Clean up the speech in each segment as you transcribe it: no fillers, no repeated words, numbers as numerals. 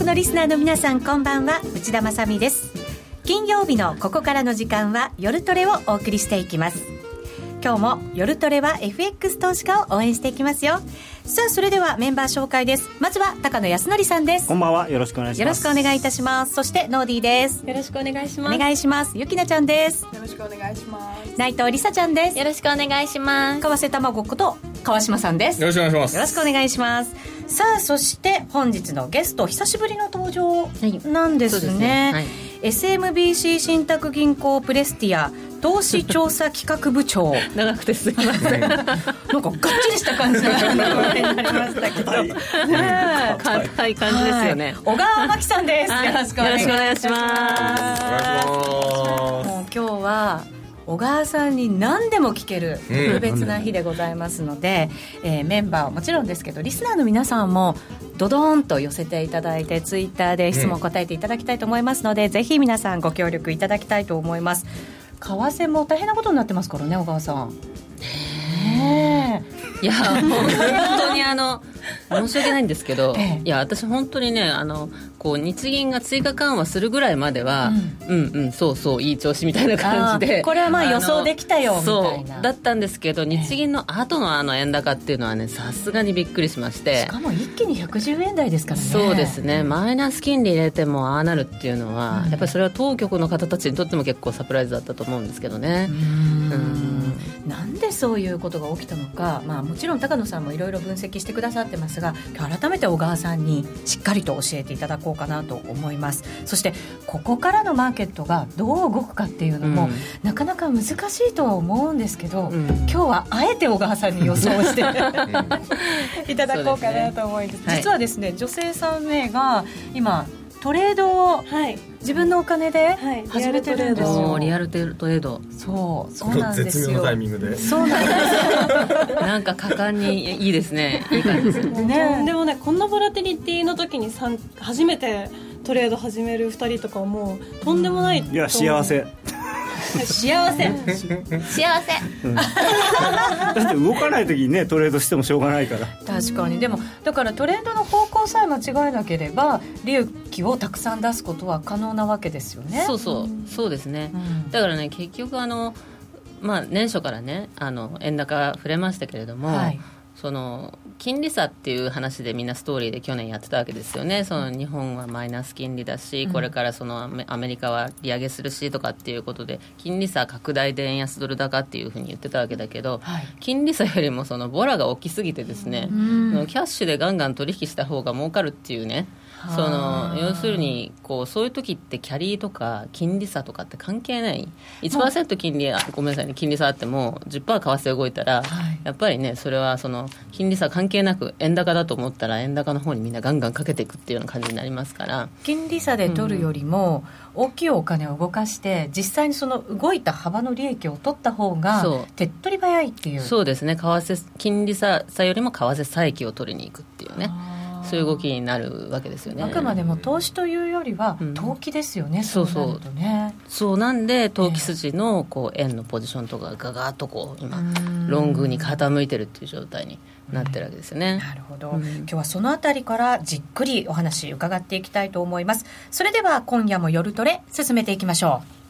のリスナーの皆さん、こんばんは。内田まさみです。金曜日のここからの時間は夜トレをお送りしていきます。今日も夜トレは FX 投資家を応援していきますよ。さあ、それではメンバー紹介です。まずは高野康則さんです。 こんばんは。よろしくお願いします。 よろしくお願いいたします。そしてノーディーです。 よろしくお願いします。 お願いします。ゆきなちゃんです。 よろしくお願いします。 内藤りさちゃんです。 よろしくお願いします。 川瀬卵こと川島さんです。 よろしくお願いします。 よろしくお願いします。さあ、そして本日のゲスト、久しぶりの登場なんですね、はい、SMBC 信託銀行プレスティア投資調査企画部長長くてすいませんなんかがっちりした感じになりましたけど硬い感じですよね、 はい、小川真紀さんです、 はい、 よろしくお願いします。もう今日は小川さんに何でも聞ける特別な日でございますので、メンバーはもちろんですけど、リスナーの皆さんもドドーンと寄せていただいて、ツイッターで質問を答えていただきたいと思いますので、ぜひ皆さんご協力いただきたいと思います。為替も大変なことになってますからね、小川さん。 いや本当に申し訳ないんですけど、いや私本当にね、こう日銀が追加緩和するぐらいまでは、そうそういい調子みたいな感じで、 これはまあ予想できたよみたいなそうだったんですけど、日銀の後の円高っていうのはね、さすがにびっくりしまして、 しかも一気に110円台ですからね。 そうですね、マイナス金利入れてもああなるっていうのは、やっぱりそれは当局の方たちにとっても結構サプライズだったと思うんですけどね。 なんでそういうことが起きたのか、もちろん高野さんもいろいろ分析してくださってますが、改めて小川さんにしっかりと教えていただこうかなと思います。そしてここからのマーケットがどう動くかっていうのも、なかなか難しいとは思うんですけど、今日はあえて小川さんに予想していただこうかなと思います。実はですね、女性3名が今トレードを自分のお金で始めてるんですよ。 リアルトレード。 そうなんですよ。 絶妙なタイミングで。 そうなんですよ。 なんか果敢にいいですね。いい感じですね。でもね、こんなボラティリティの時に初めてトレード始める2人とかはもうとんでもない。 いや、幸せ幸せだって動かない時にね、トレードしてもしょうがないから。 確かに。でもだからトレードの方向さえ間違えなければ利益をたくさん出すことは可能なわけですよね。 そうですね、だからね、結局年初からね、円高触れましたけれども、その金利差っていう話でみんなストーリーで去年やってたわけですよね。その日本はマイナス金利だし、これからそのアメリカは利上げするしとかっていうことで、金利差拡大で円安ドル高っていうふうに言ってたわけだけど、金利差よりもそのボラが大きすぎてですね、キャッシュでガンガン取引した方が儲かるっていうね、要するにそういう時ってキャリーとか金利差とかって関係ない。 1% 金利ごめんなさいね、金利差あっても 10% 為替動いたら、やっぱりね、それはその金利差関係なく円高だと思ったら円高の方にみんなガンガンかけていくっていうような感じになりますから、 金利差で取るよりも大きいお金を動かして実際にその動いた幅の利益を取った方が手っ取り早いっていう。 そうですね、金利差よりも為替差益を取りに行くっていうね、そういう動きになるわけですよね。 あくまでも投資というよりは投機ですよね、そうなるとね。 そうなんで、投機筋の円のポジションとかガガッと今ロングに傾いてるっていう状態になってるわけですよね。 なるほど、今日はそのあたりからじっくりお話伺っていきたいと思います。それでは今夜も夜トレ進めていきましょう。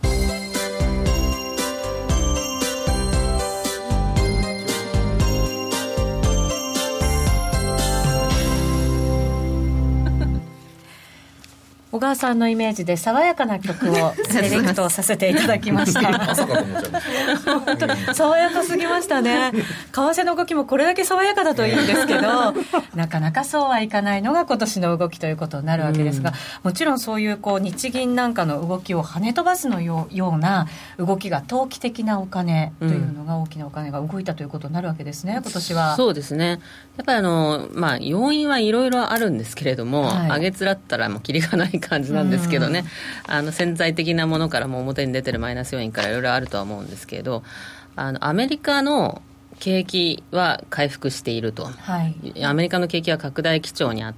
小川さんのイメージで爽やかな曲をセレクトさせていただきました朝かと思っちゃいました。 爽やかすぎましたね。為替の動きもこれだけ爽やかだといいんですけど、なかなかそうはいかないのが今年の動きということになるわけですが、もちろんそういう日銀なんかの動きを跳ね飛ばすのような動きが、投機的なお金というのが、大きなお金が動いたということになるわけですね、今年は。 そうですね、やっぱり要因はいろいろあるんですけれども、上げつらったらもうキリがない感じなんですけどね、潜在的なものからも表に出てるマイナス要因からいろいろあるとは思うんですけど、アメリカの景気は回復していると、アメリカの景気は拡大基調にあって、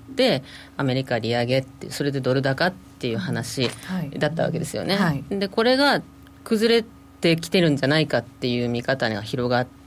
アメリカ利上げって、それでドル高っていう話だったわけですよね、でこれが崩れてきてるんじゃないかっていう見方が広がっ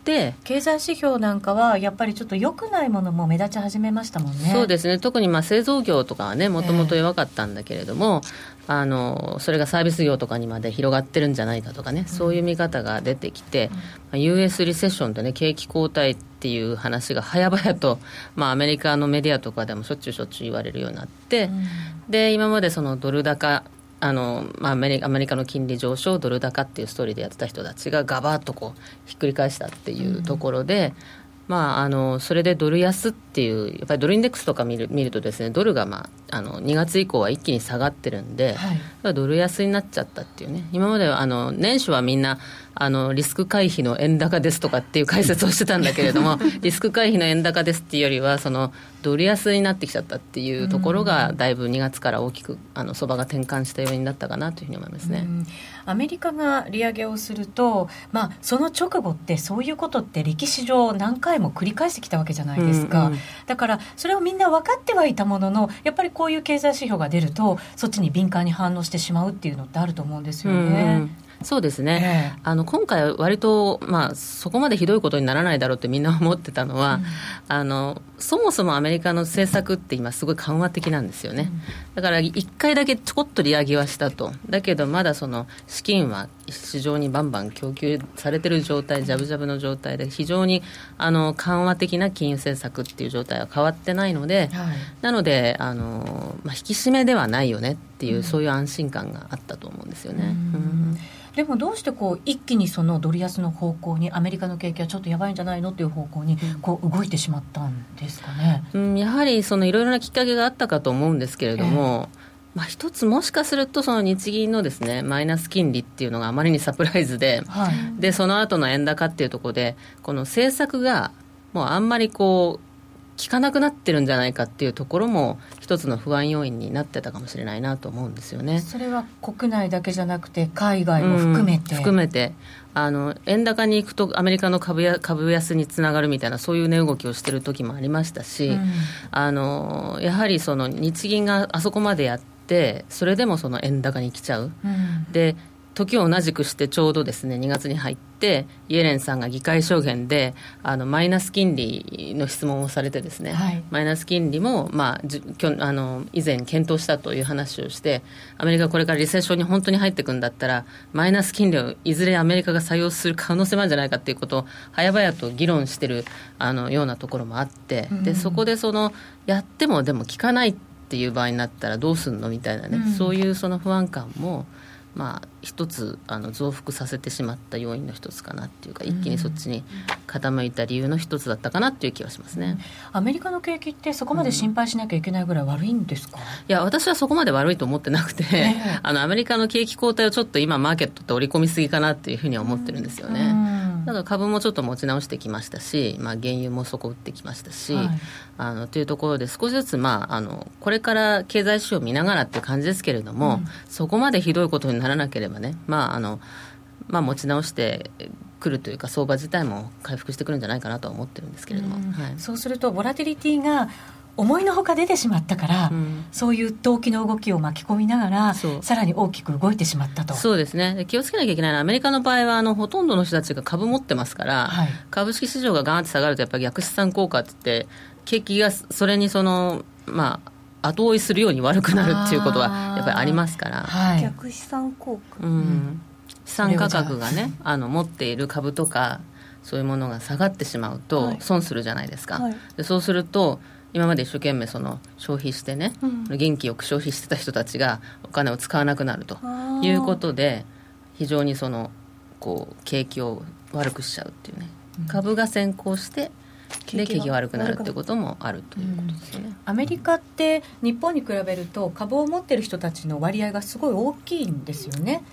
て、 経済指標なんかはやっぱりちょっと良くないものも目立ち始めましたもんね。 そうですね、特に製造業とかはねもともと弱かったんだけれども、それがサービス業とかにまで広がってるんじゃないかとかね、そういう見方が出てきて、US リセッションとね景気後退っていう話が早々と、アメリカのメディアとかでもしょっちゅう言われるようになって、で今までそのドル高アメリカの金利上昇ドル高っていうストーリーでやってた人たちがガバッとこうひっくり返したっていうところで、それでドル安っていうやっぱりドルインデックスとか見るとですね、ドルが2月以降は一気に下がってるんで、ドル安になっちゃったっていうね。今までは年初はみんなリスク回避の円高ですとかっていう解説をしてたんだけれどもリスク回避の円高ですっていうよりはそのドル安になってきちゃったっていうところがだいぶ2月から大きく相場が転換した要因だったかなというふうに思いますね。 アメリカが利上げをすると、その直後ってそういうことって歴史上何回も繰り返してきたわけじゃないですか、だからそれをみんな分かってはいたものの、やっぱりこういう経済指標が出るとそっちに敏感に反応してしまうっていうのってあると思うんですよね。 そうですね、今回は割と、そこまでひどいことにならないだろうってみんな思ってたのは、そもそもアメリカの政策って今すごい緩和的なんですよね、だから1回だけちょこっと利上げはしたと。だけどまだその資金は市場にバンバン供給されてる状態、ジャブジャブの状態で非常に緩和的な金融政策っていう状態は変わってないので、なので引き締めではないよねっていう、そういう安心感があったと思うんですよね。 でもどうしてこう一気にそのドル安の方向に、アメリカの景気はちょっとやばいんじゃないのっていう方向にこう動いてしまったんですかね。 やはりそのいろいろなきっかけがあったかと思うんですけれども、一つもしかするとその日銀のですねマイナス金利っていうのがあまりにサプライズで、でその後の円高っていうところでこの政策がもうあんまりこう効かなくなってるんじゃないかっていうところも一つの不安要因になってたかもしれないなと思うんですよね。 それは国内だけじゃなくて海外も含めて、円高に行くとアメリカの株安につながるみたいなそういう値動きをしてる時もありましたし、やはりその日銀があそこまでやってそれでもその円高に来ちゃう、で時を同じくしてちょうどですね2月に入ってイエレンさんが議会証言でマイナス金利の質問をされてですね、マイナス金利も、以前検討したという話をして、アメリカこれからリセッションに本当に入っていくんだったらマイナス金利をいずれアメリカが採用する可能性もあるんじゃないかということを早々と議論しているようなところもあって、でそこでそのやってもでも効かないっていう場合になったらどうするのみたいなね、そういうその不安感も一つ増幅させてしまった要因の一つかなっていうか、一気にそっちに傾いた理由の一つだったかなっていう気がしますね。 アメリカの景気ってそこまで心配しなきゃいけないぐらい悪いんですか？ いや私はそこまで悪いと思ってなくて、アメリカの景気後退をちょっと今マーケットって織り込みすぎかなっていうふうには思ってるんですよね。だから株もちょっと持ち直してきましたし、原油も底打ってきましたし、というところで少しずつ、これから経済指標を見ながらっていう感じですけれども、そこまでひどいことにならなければね、持ち直してくるというか相場自体も回復してくるんじゃないかなとは思ってるんですけれども、 そうするとボラティリティが思いのほか出てしまったから、そういう投機の動きを巻き込みながらさらに大きく動いてしまったと。そうですね。 気をつけなきゃいけないのはアメリカの場合はほとんどの人たちが株持ってますから、株式市場がガーンって下がるとやっぱり逆資産効果って言って景気がそれに後追いするように悪くなるっていうことはやっぱりありますから、 逆資産効果、 資産価格がね持っている株とかそういうものが下がってしまうと損するじゃないですか、でそうすると今まで一生懸命消費してね、元気よく消費してた人たちがお金を使わなくなるということで非常に景気を悪くしちゃうっていうね、株が先行してで景気が悪くなるということもあるということですよね。 アメリカって日本に比べると株を持っている人たちの割合がすごい大きいんですよね。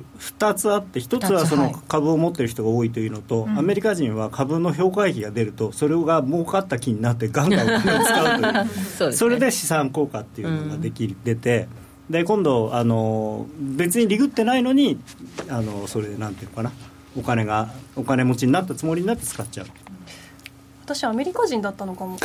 2つあって、1つはその株を持っている人が多いというのと、アメリカ人は株の評価益が出るとそれが儲かった気になってガンガンお金を使うというそれで資産効果っていうのが出て、で今度別にリグってないのにそれでなんていうのかな、お金持ちになったつもりになって使っちゃう。 私アメリカ人だったのかも評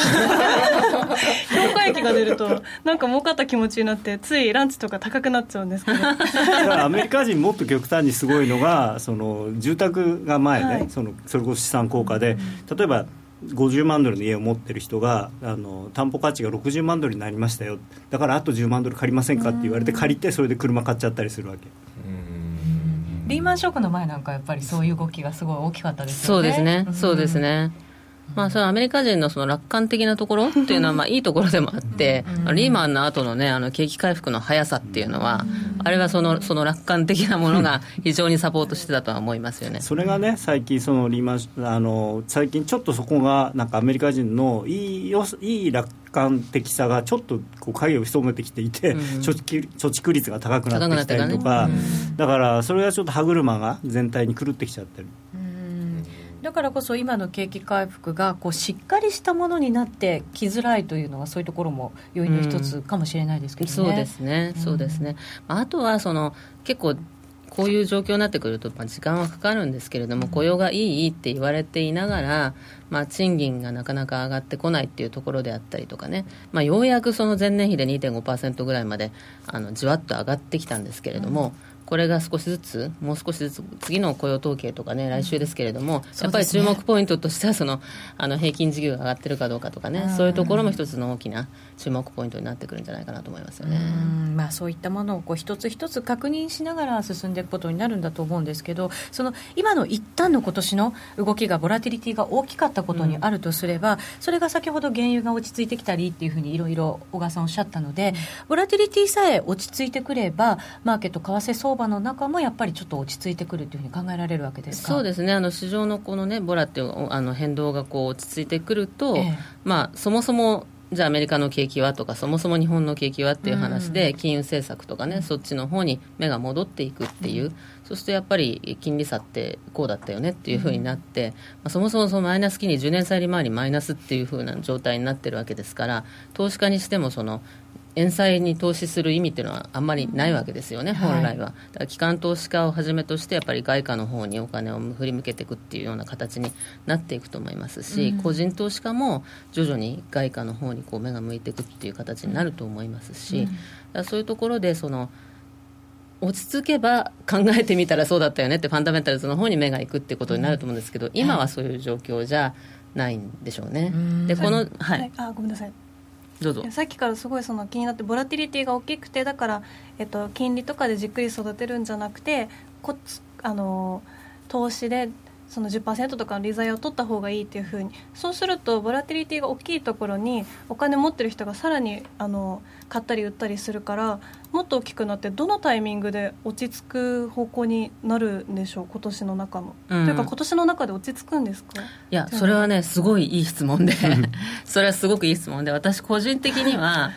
価益が出るとなんか儲かった気持ちになってついランチとか高くなっちゃうんですけどだからアメリカ人もっと極端にすごいのがその住宅が前ね、はい、それこそ資産効果で、例えば50万ドルの家を持ってる人が担保価値が60万ドルになりましたよ、だからあと10万ドル借りませんかって言われて借りて、それで車買っちゃったりするわけ。 リーマンショックの前なんかやっぱりそういう動きがすごい大きかったですよね。 そうですね、そうですね。まあ、そのアメリカ人のその楽観的なところっていうのはまあいいところでもあってリーマンの後のね景気回復の速さっていうのはあれはその楽観的なものが非常にサポートしてたとは思いますよね。 それがね最近そのリーマン最近ちょっとそこがなんかアメリカ人のいい楽観的さがちょっとこう影を潜めてきていて、貯蓄率が高くなってきたりとか、だからそれがちょっと歯車が全体に狂ってきちゃってる。 だからこそ今の景気回復がこうしっかりしたものになってきづらいというのはそういうところも要因の一つかもしれないですけどね。 そうですね、そうですね。あとは結構こういう状況になってくると時間はかかるんですけれども、雇用がいいって言われていながら、賃金がなかなか上がってこないっていうところであったりとかね、ようやくその前年比で 2.5% ぐらいまでじわっと上がってきたんですけれども、これがもう少しずつ次の雇用統計とかね来週ですけれども、やっぱり注目ポイントとしては平均時給が上がってるかどうかとかね、そういうところも一つの大きな注目ポイントになってくるんじゃないかなと思いますよね。 そういったものをこう一つ一つ確認しながら進んでいくことになるんだと思うんですけど、今の一旦の今年の動きがボラティリティが大きかったことにあるとすれば、それが先ほど原油が落ち着いてきたりっていうふうにいろいろ小川さんおっしゃったので、ボラティリティさえ落ち着いてくればマーケット為替相場の中もやっぱりちょっと落ち着いてくるというふうに考えられるわけですか。 そうですね。市場のこのねボラっていう変動がこう落ち着いてくると、そもそもじゃあアメリカの景気はとかそもそも日本の景気はっていう話で、金融政策とかねそっちの方に目が戻っていくっていう、そうするとやっぱり金利差ってこうだったよねっていうふうになって、そもそもマイナス金利10年債利回りマイナスっていうふうな状態になってるわけですから、投資家にしても円債に投資する意味っていうのはあんまりないわけですよね、本来は。だから機関投資家をはじめとしてやっぱり外貨の方にお金を振り向けていくっていうような形になっていくと思いますし、個人投資家も徐々に外貨の方にこう目が向いていくっていう形になると思いますし、だからそういうところで落ち着けば考えてみたらそうだったよねってファンダメンタルズの方に目がいくっていうことになると思うんですけど、今はそういう状況じゃないんでしょうね。でごめんなさい、 どうぞ。 さっきからすごい気になって、ボラティリティが大きくてだから、金利とかでじっくり育てるんじゃなくて投資で10% とかの利材を取った方がいいっていう風に、そうするとボラティリティが大きいところにお金持ってる人がさらに買ったり売ったりするから、もっと大きくなってどのタイミングで落ち着く方向になるんでしょう、今年の中の、というか今年の中で落ち着くんですか。 いやそれはねすごいいい質問でそれはすごくいい質問で、私個人的には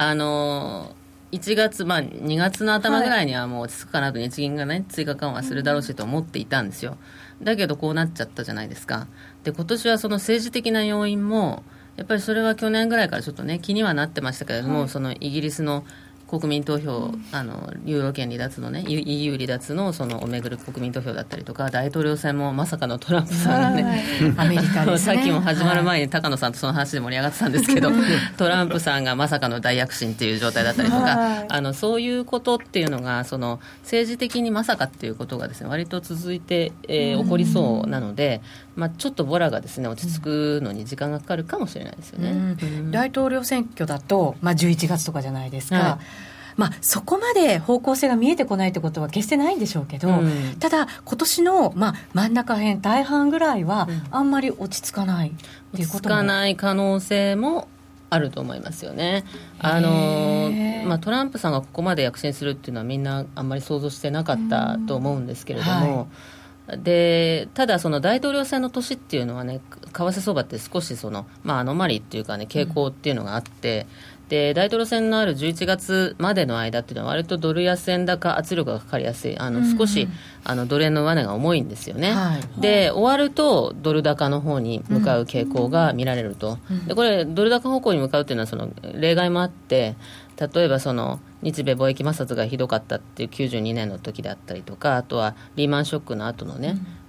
1月、2月の頭ぐらいにはもう落ち着くかなと、日銀がね追加緩和するだろうしと思っていたんですよ。だけどこうなっちゃったじゃないですか。で今年は政治的な要因もやっぱりそれは去年ぐらいからちょっとね気にはなってましたけれども、イギリスの国民投票、ユーロ圏離脱のね EU 離脱のをめぐる国民投票だったりとか、大統領選もまさかのトランプさんがね、 アメリカですねさっきも始まる前に高野さんとその話で盛り上がってたんですけどトランプさんがまさかの大躍進っていう状態だったりとか、そういうことっていうのが政治的にまさかっていうことがですね割と続いて、起こりそうなので、ちょっとボラがですね落ち着くのに時間がかかるかもしれないですよね。 大統領選挙だと、11月とかじゃないですか、そこまで方向性が見えてこないってことは決してないんでしょうけど、ただ今年の、真ん中辺大半ぐらいはあんまり落ち着かないっていうことも、 落ち着かない可能性もあると思いますよね。トランプさんがここまで躍進するっていうのはみんなあんまり想像してなかったと思うんですけれども、でただ大統領選の年っていうのはね、為替相場って少しアノマリっていうかね傾向っていうのがあって、で大統領選のある11月までの間っていうのは割とドル安円高圧力がかかりやすい、少しドル円の上値が重いんですよね、で終わるとドル高の方に向かう傾向が見られると、でこれドル高方向に向かうっていうのは例外もあって、例えば日米貿易摩擦がひどかったっていう92年の時であったりとか、あとはリーマンショックの後のね、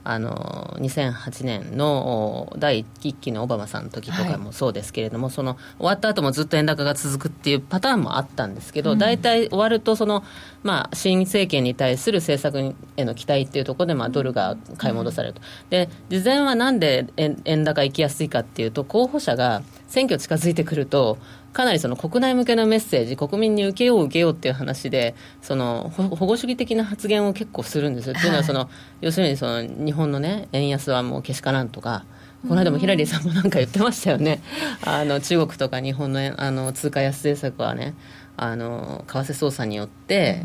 2008年の第1期のオバマさんの時とかもそうですけれども、その終わった後もずっと円高が続くっていうパターンもあったんですけど、大体終わると新政権に対する政策への期待っていうところでドルが買い戻されると。で事前はなんで円高行きやすいかっていうと、候補者が選挙近づいてくるとかなりその国内向けのメッセージ、国民に受けようっていう話で、その保護主義的な発言を結構するんですよ。っていうのは要するに日本のね、円安はもうけしからんとか、この間もヒラリーさんもなんか言ってましたよね。中国とか日本の通貨安政策はね、為替操作によって、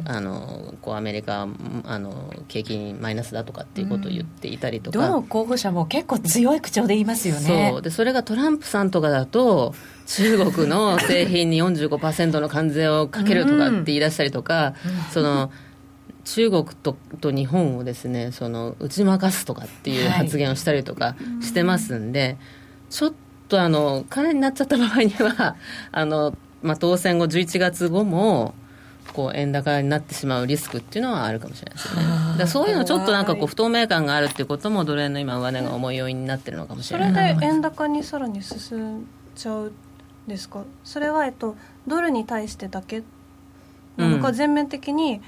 アメリカ景気にマイナスだとかっていうことを言っていたりとか、 どの候補者も結構強い口調で言いますよね。 そうで、それがトランプさんとかだと中国の製品に 45% の関税をかけるとかって言い出したりとか、中国 と日本をですね、打ち負かすとかっていう発言をしたりとかしてますんで、ちょっと彼になっちゃった場合には当選後11月後も円高になってしまうリスクっていうのはあるかもしれないですね。だからそういうのちょっとなんか不透明感があるっていうこともドル円の今上値が重い要因になってるのかもしれない。 それで円高にさらに進んじゃうんですか。それは、ドルに対してだけなのか、全面的に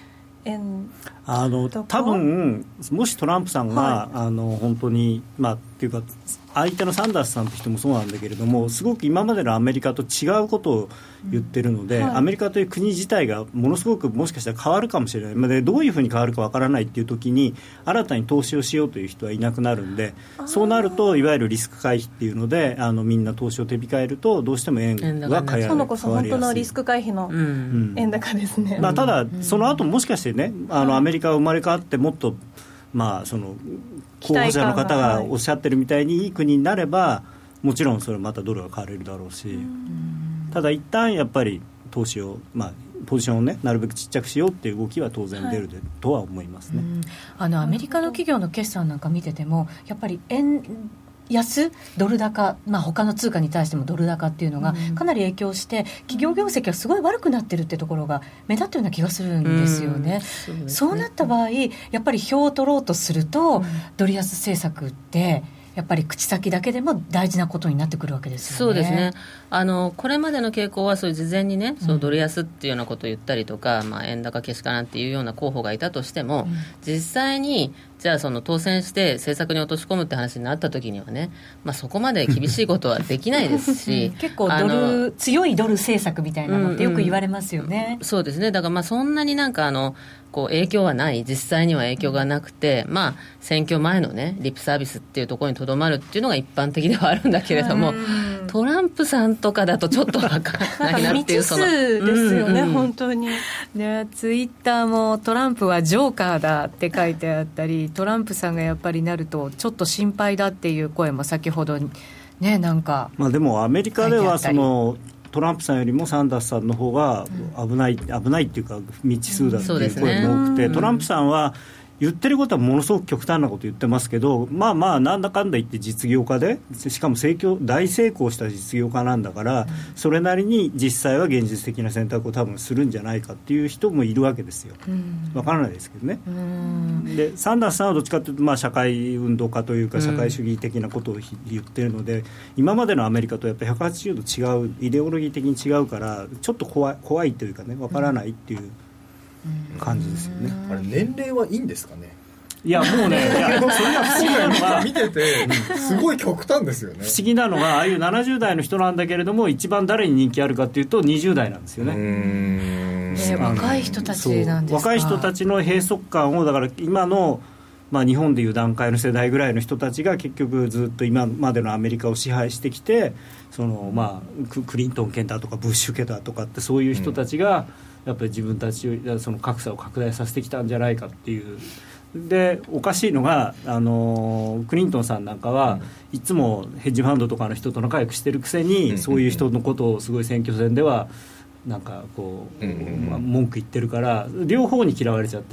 多分もしトランプさんが、本当にっていうか相手のサンダースさんって人もそうなんだけれども、すごく今までのアメリカと違うことを言ってるので、アメリカという国自体がものすごくもしかしたら変わるかもしれない。でどういうふうに変わるかわからないっていう時に新たに投資をしようという人はいなくなるんで、そうなるといわゆるリスク回避っていうのでみんな投資を手控えるとどうしても円が買われやすい。 そのこそ本当のリスク回避の円高ですね。 ただその後もしかしてね、アメリカが生まれ変わってもっと候補者の方がおっしゃってるみたいにいい国になれば、もちろんそれまたドルが買われるだろうし、ただ一旦やっぱり投資を、ポジションをねなるべくちっちゃくしようっていう動きは当然出るとは思いますね。 アメリカの企業の決算なんか見ててもやっぱり円安ドル高、他の通貨に対してもドル高っていうのがかなり影響して、企業業績がすごい悪くなってるってところが目立ったような気がするんですよね。そうなった場合やっぱり票を取ろうとすると、ドル安政策ってやっぱり口先だけでも大事なことになってくるわけですよね。 そうですね。これまでの傾向はそういう事前にね、ドル安っていうようなことを言ったりとか、円高けしからんっていうような候補がいたとしても、実際にじゃあ当選して政策に落とし込むって話になった時にはね、そこまで厳しいことはできないですし結構強いドル政策みたいなのってよく言われますよね。 そうですね。だからそんなになんか影響はない、実際には影響がなくて、選挙前のねリップサービスっていうところにとどまるっていうのが一般的ではあるんだけれども、トランプさんとかだとちょっと分からないなっていう未知数ですよね、本当に。 でツイッターもトランプはジョーカーだって書いてあったり、トランプさんがやっぱりなるとちょっと心配だっていう声も先ほどね、なんかでもアメリカではトランプさんよりもサンダースさんの方が危ないっていうか未知数だっていう声も多くて、トランプさんは言ってることはものすごく極端なこと言ってますけど、なんだかんだ言って実業家で、しかも大成功した実業家なんだから、それなりに実際は現実的な選択を多分するんじゃないかっていう人もいるわけですよ。わからないですけどね。でサンダースさんはどっちかというと、社会運動家というか社会主義的なことを言ってるので、今までのアメリカとやっぱり180度違う、イデオロギー的に違うからちょっと怖いというかね、わからないっていう感じですよね。 あれ年齢はいいんですかね。 いやもうね、それが不思議なのが見ててすごい極端ですよね。 不思議なのが、ああいう70代の人なんだけれども一番誰に人気あるかっていうと20代なんですよね。 若い人たちなんですか。 若い人たちの閉塞感を、だから今の日本でいう段階の世代ぐらいの人たちが結局ずっと今までのアメリカを支配してきて、クリントン家だとかブッシュ家だとかって、そういう人たちがやっぱり自分たちその格差を拡大させてきたんじゃないかっていう。でおかしいのがクリントンさんなんかはいつもヘッジファンドとかの人と仲良くしてるくせに、そういう人のことをすごい選挙戦ではなんか文句言ってるから、両方に嫌われちゃってる。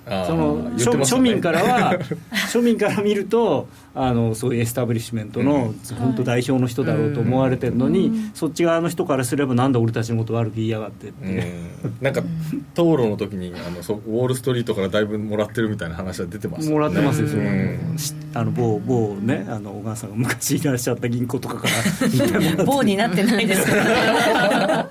その庶民から見るとそういうエスタブリッシュメントの本当代表の人だろうと思われてるのに、そっち側の人からすればなんで俺たちのこと悪く言いやがってっていう、 なんか討論の時にウォールストリートからだいぶもらってるみたいな話は出てますね。 もらってますよ、某ね小川さんが昔いらっしゃった銀行とかから某になってないですから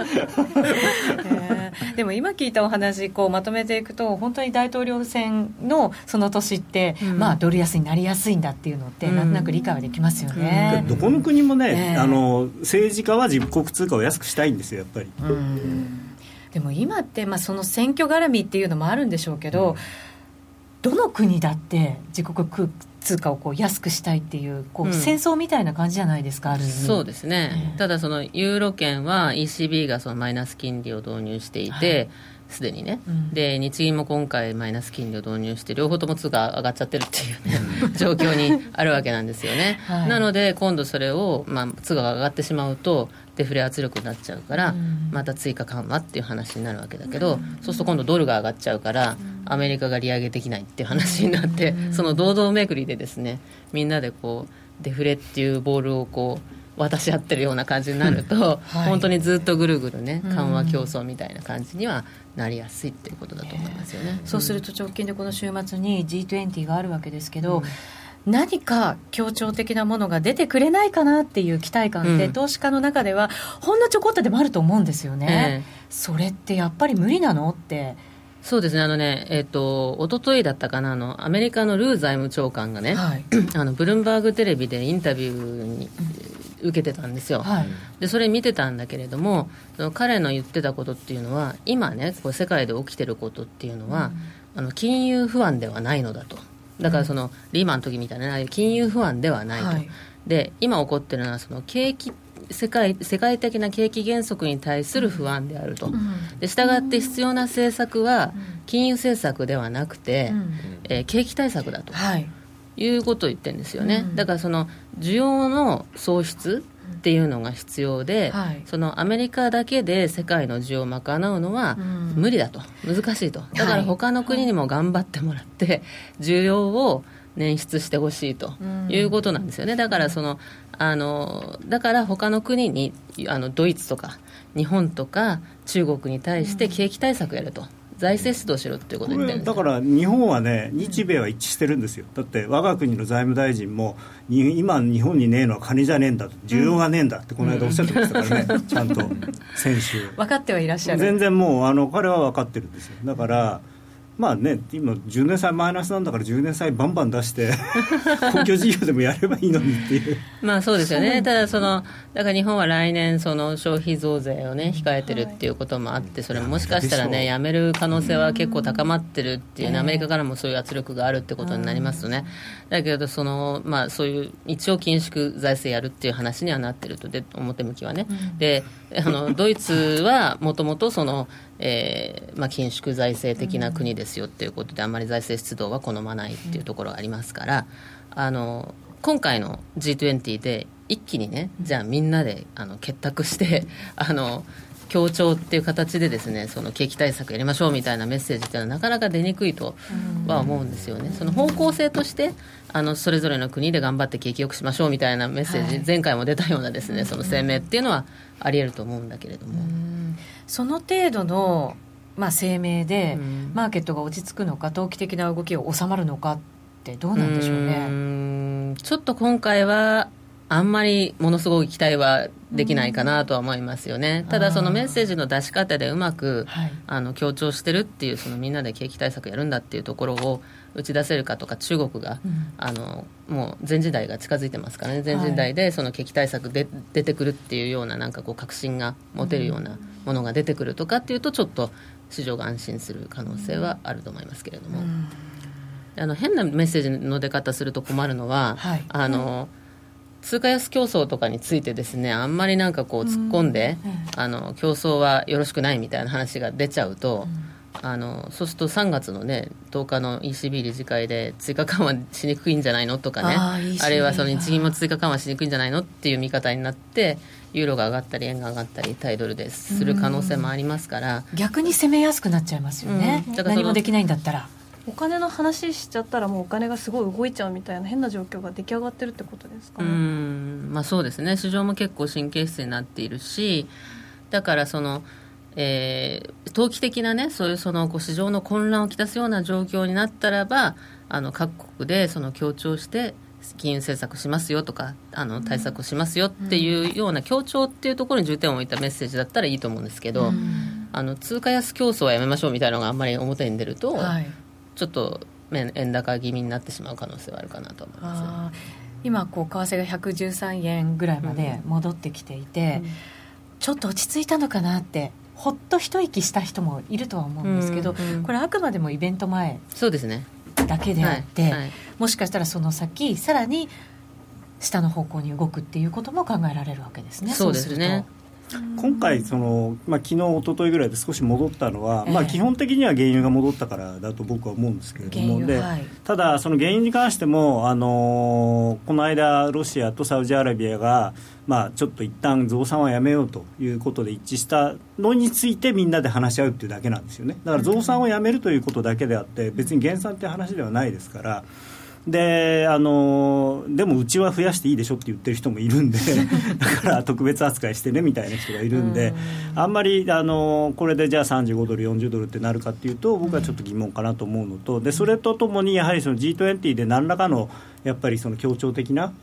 でも今聞いたお話こうまとめていくと本当に大統領選のその年って、ドル安になりやすいんだっていうのってなんとなく理解はできますよね。 どこの国もね、政治家は自国通貨を安くしたいんですよやっぱり。 でも今って、その選挙絡みっていうのもあるんでしょうけど、どの国だって自国通貨をこう安くしたいっていう、戦争みたいな感じじゃないですか、ある意味。 そうですね、ただそのユーロ圏は ECB がそのマイナス金利を導入していて、すでにね、で日銀も今回マイナス金利を導入して両方とも通貨上がっちゃってるっていうね状況にあるわけなんですよね、なので今度それを、通貨が上がってしまうとデフレ圧力になっちゃうから、また追加緩和っていう話になるわけだけど、そうすると今度ドルが上がっちゃうからアメリカが利上げできないっていう話になって、その堂々巡りでですね、みんなでこうデフレっていうボールをこう渡し合ってるような感じになると、本当にずっとぐるぐるね緩和競争みたいな感じにはなりやすいっていうことだと思いますよね。 そうすると直近でこの週末に G20 があるわけですけど、何か協調的なものが出てくれないかなっていう期待感って、投資家の中ではほんのちょこっとでもあると思うんですよね、それってやっぱり無理なのって。 そうですね、一昨日だったかな、アメリカのルー財務長官がね、ブルームバーグテレビでインタビューに受けてたんですよ、でそれ見てたんだけれども、その彼の言ってたことっていうのは、今ねこう世界で起きてることっていうのは、金融不安ではないのだと。だからそのリーマンの時みたいな金融不安ではないと、で今起こってるのはその世界的な景気減速に対する不安であると、で従って必要な政策は金融政策ではなくて、景気対策だと、いうことを言ってるんですよね、だからその需要の創出っていうのが必要で、そのアメリカだけで世界の需要を賄うのは無理だと、難しいと。だから他の国にも頑張ってもらって需要を捻出してほしいということなんですよね。だからだから他の国にドイツとか日本とか中国に対して景気対策やると、財政出動しろっていうことを言ってるんです。 だから日本はね、日米は一致してるんですよ。だって我が国の財務大臣も今日本にねえのは金じゃねえんだと、需要がねえんだってこの間おっしゃってましたからね、ちゃんと先週分かってはいらっしゃる。 全然もう彼は分かってるんですよ。だから今10年債マイナスなんだから10年債バンバン出して公共事業でもやればいいのにっていうそうですよね。ただだから日本は来年その消費増税をね控えてるっていうこともあって、それもしかしたらねやめる可能性は結構高まってるっていうね、アメリカからもそういう圧力があるってことになりますとね、だけどそういう一応緊縮財政やるっていう話にはなってると、で表向きはね、でドイツはもともと緊縮財政的な国ですよっていうことで、あんまり財政出動は好まないっていうところがありますから、今回の G20 で一気にね、じゃあみんなで結託して協調っていう形でですね、その景気対策やりましょうみたいなメッセージっていうのはなかなか出にくいとは思うんですよね。その方向性としてそれぞれの国で頑張って景気よくしましょうみたいなメッセージ、前回も出たようなですね、その声明っていうのはあり得ると思うんだけれども、 その程度の声明でマーケットが落ち着くのか、投機的な動きが収まるのかってどうなんでしょうね。 ちょっと今回はあんまりものすごい期待はできないかなとは思いますよね。ただそのメッセージの出し方でうまく、強調してるっていう、そのみんなで景気対策やるんだっていうところを打ち出せるかとか、中国が、もう全時代が近づいてますからね、全時代でその景気対策で出てくるっていうような確信が持てるようなものが出てくるとかっていうと、ちょっと市場が安心する可能性はあると思いますけれども、変なメッセージの出方すると困るのは、通貨安競争とかについてですね、あんまり突っ込んで、競争はよろしくないみたいな話が出ちゃうと、そうすると3月のね10日の ECB 理事会で追加緩和しにくいんじゃないのとかね、あるいはその日銀も追加緩和しにくいんじゃないのっていう見方になって、ユーロが上がったり円が上がったり対ドルでする可能性もありますから、 逆に攻めやすくなっちゃいますよね、何もできないんだったら。 お金の話しちゃったらもうお金がすごい動いちゃうみたいな変な状況が出来上がってるってことですかね。 まあ、そうですね、市場も結構神経質になっているし、だからその、投機的なね、そういうそのこう市場の混乱をきたすような状況になったらば、各国でその協調して金融政策しますよとか対策をしますよっていうような協調っていうところに重点を置いたメッセージだったらいいと思うんですけど、通貨安競争はやめましょうみたいなのがあんまり表に出ると、はい、ちょっと円高気味になってしまう可能性はあるかなと思います、ね、 今こう為替が113円ぐらいまで戻ってきていて、ちょっと落ち着いたのかなってほっと一息した人もいるとは思うんですけど、これあくまでもイベント前そうですねだけであって、もしかしたらその先さらに下の方向に動くっていうことも考えられるわけですね。 そうですね。 今回昨日一昨日ぐらいで少し戻ったのは、基本的には原油が戻ったからだと僕は思うんですけれども、で、ただその原油に関しても、この間ロシアとサウジアラビアが、ちょっと一旦増産はやめようということで一致したのについてみんなで話し合うっていうだけなんですよね。だから増産をやめるということだけであって別に減産っていう話ではないですから。ででもうちは増やしていいでしょって言ってる人もいるんでだから特別扱いしてねみたいな人がいるんで、あんまりこれでじゃあ35ドル40ドルってなるかっていうと僕はちょっと疑問かなと思うのと、でそれとともにやはりその G20 で何らかのやっぱりその協調的な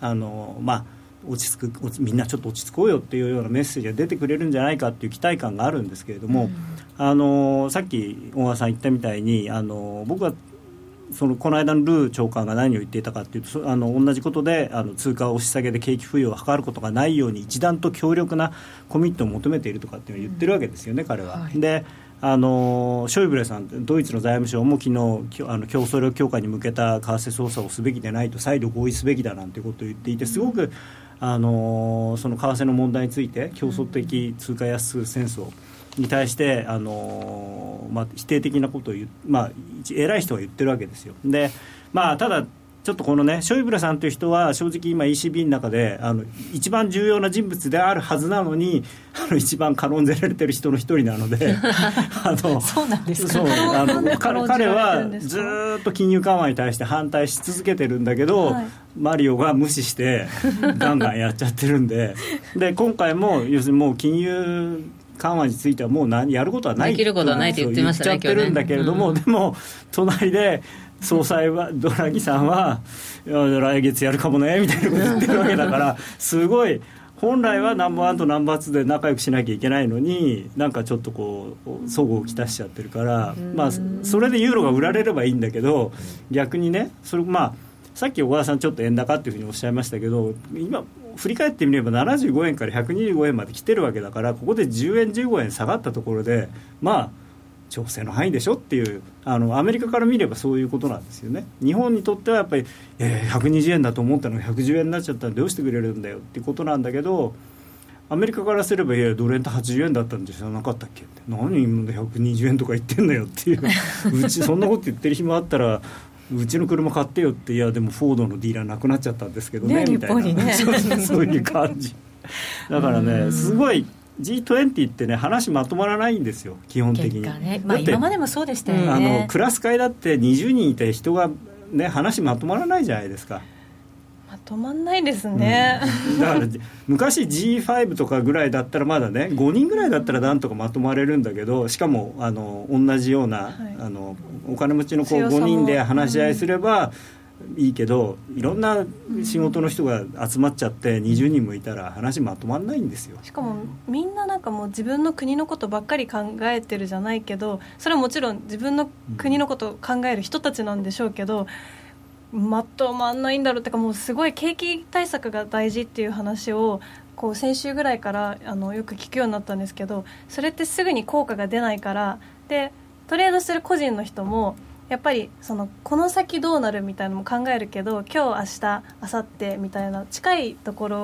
みんなちょっと落ち着こうよっていうようなメッセージが出てくれるんじゃないかっていう期待感があるんですけれども、さっき大川さん言ったみたいに僕はこの間のルー長官が何を言っていたかというと、同じことで通貨押し下げで景気浮揚を図ることがないように一段と強力なコミットを求めているとかっていうのを言ってるわけですよね、彼は。でショイブレさんドイツの財務省も昨日競争力強化に向けた為替操作をすべきでないと再度合意すべきだなんてことを言っていて、すごくその為替の問題について競争的通貨安戦争に対して否定的なことを偉い人が言ってるわけですよ。で、ただちょっとこのねショイブレさんという人は正直今 ECB の中で一番重要な人物であるはずなのに一番軽んじられてる人の一人なのでそうなんですか。 そう彼はずっと金融緩和に対して反対し続けてるんだけど、マリオが無視してガンガンやっちゃってるんで今回も要するにもう金融緩和についてはもうやることはないできることはないと言ってましたね。 言っちゃってるんだけれども、でも隣で総裁はドラギさんは来月やるかもねみたいなこと言ってるわけだからすごい本来はナンバーワンとナンバーツーで仲良くしなきゃいけないのになんかちょっとこう齟齬をきたしちゃってるから、それでユーロが売られればいいんだけど、逆にねそれさっき小川さんちょっと円高っていうふうにおっしゃいましたけど、今振り返ってみれば75円から125円まで来てるわけだから、ここで10円15円下がったところで調整の範囲でしょっていうアメリカから見ればそういうことなんですよね。日本にとってはやっぱり120円だと思ったのが110円になっちゃったらどうしてくれるんだよっていうことなんだけど、アメリカからすればドル円って80円だったんじゃなかったっけって、何今で120円とか言ってんのよっていううちそんなこと言ってる暇あったらうちの車買ってよって、いやでもフォードのディーラーなくなっちゃったんですけどねみたいな、ね、そういう感じだからね、すごいG20 ってね話まとまらないんですよ基本的に、 ね。今までもそうでしたよね。 クラス会だって20人いて人が、ね、話まとまらないじゃないですか。 まとまんないですね、 だから昔 G5 とかぐらいだったらまだね5人ぐらいだったらなんとかまとまれるんだけど、しかも同じような、お金持ちの5人で話し合いすればいいけど、いろんな仕事の人が集まっちゃって20人もいたら話まとまんないんですよ。 しかもみんななんかもう自分の国のことばっかり考えてるじゃないけど、それはもちろん自分の国のことを考える人たちなんでしょうけど、まとまんないんだろうってか、もうすごい景気対策が大事っていう話を先週ぐらいからよく聞くようになったんですけど、それってすぐに効果が出ないから、でトレードする個人の人もやっぱりこの先どうなるみたいなのも考えるけど、今日明日明後日みたいな近いところ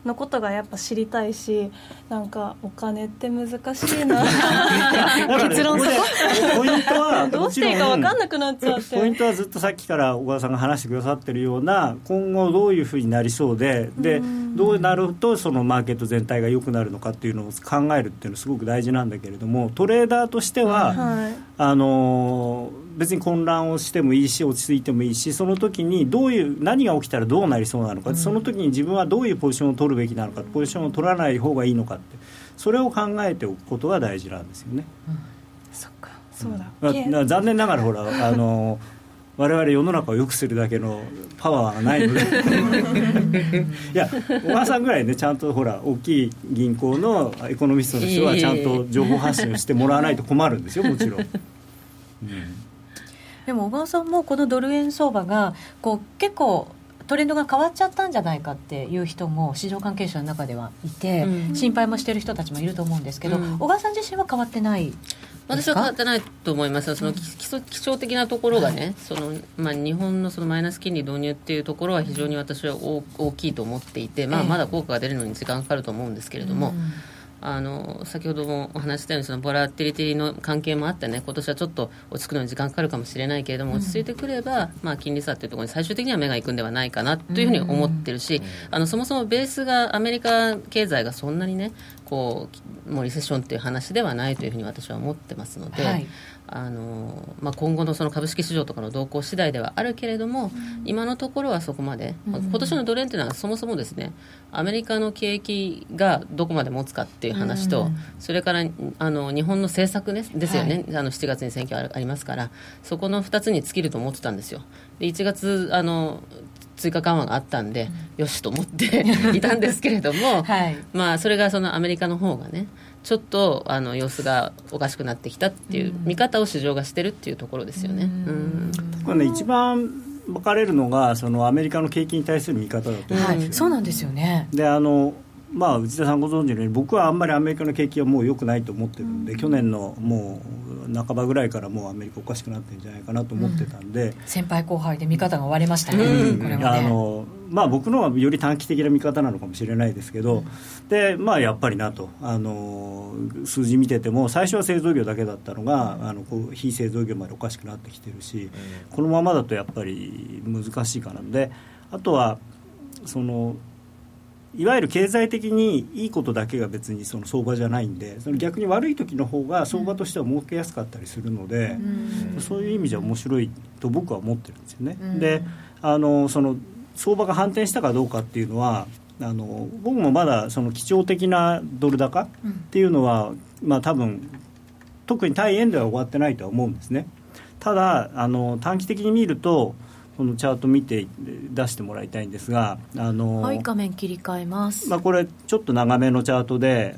のことがやっぱ知りたいし、なんかお金って難しいな結論そこポイントはどうしていいか分かんなくなっちゃって、 ポイントはずっとさっきから小川さんが話してくださってるような、今後どういうふうになりそうで、どうなるとそのマーケット全体が良くなるのかっていうのを考えるっていうのはすごく大事なんだけれども、トレーダーとしては、別に混乱をしてもいいし落ち着いてもいいし、その時に何が起きたらどうなりそうなのか、その時に自分はどういうポジションを取るべきなのか、ポジションを取らない方がいいのかって、それを考えておくことが大事なんですよね。 そっか、そうだ、 残念ながらほら我々世の中を良くするだけのパワーがないのでいや、小川さんぐらいね、ちゃんとほら大きい銀行のエコノミストの人はちゃんと情報発信をしてもらわないと困るんですよ、もちろん。 でも小川さんもこのドル円相場が結構トレンドが変わっちゃったんじゃないかっていう人も市場関係者の中ではいて、心配もしてる人たちもいると思うんですけど、小川さん自身は変わってない私は変わってないと思います。その基調的なところがね、日本のそのマイナス金利導入っていうところは非常に私は大きいと思っていて、まだ効果が出るのに時間かかると思うんですけれども、先ほどもお話したようにそのボラティリティの関係もあってね、今年はちょっと落ち着くのに時間かかるかもしれないけれども、落ち着いてくれば、金利差というところに最終的には目がいくんではないかなというふうに思ってるし、そもそもベースがアメリカ経済がそんなにねもうリセッションという話ではないというふうに私は思ってますので、今後のその株式市場とかの動向次第ではあるけれども、今のところはそこまで、今年のドル円というのはそもそもですね、アメリカの景気がどこまで持つかっていう話と、それから日本の政策ですよね、7月に選挙ありますから、そこの2つに尽きると思ってたんですよ。で1月追加緩和があったんで、よしと思っていたんですけれども、それがそのアメリカの方がねちょっと様子がおかしくなってきたっていう見方を市場がしてるっていうところですよね。 これね、一番分かれるのがそのアメリカの景気に対する見方だと思うんですよ。 そうなんですよね。 で内田さんご存知のように、僕はあんまりアメリカの景気はもう良くないと思ってるんで、去年のもう半ばぐらいからもうアメリカおかしくなってるんじゃないかなと思ってたんで、 先輩後輩で見方が割れましたね、これはね。 僕のはより短期的な見方なのかもしれないですけど、でやっぱりなと数字見てても、最初は製造業だけだったのが非製造業までおかしくなってきてるし、このままだとやっぱり難しいかな。であとはいわゆる経済的にいいことだけが別にその相場じゃないんで、その逆に悪い時の方が相場としては儲けやすかったりするので、そういう意味じゃ面白いと僕は思ってるんですよね。でその相場が反転したかどうかっていうのは僕もまだその基調的なドル高っていうのは、多分特に対円では終わってないとは思うんですね。ただ短期的に見るとこのチャート見て出してもらいたいんですが、 はい、画面切り替えます。 これちょっと長めのチャートで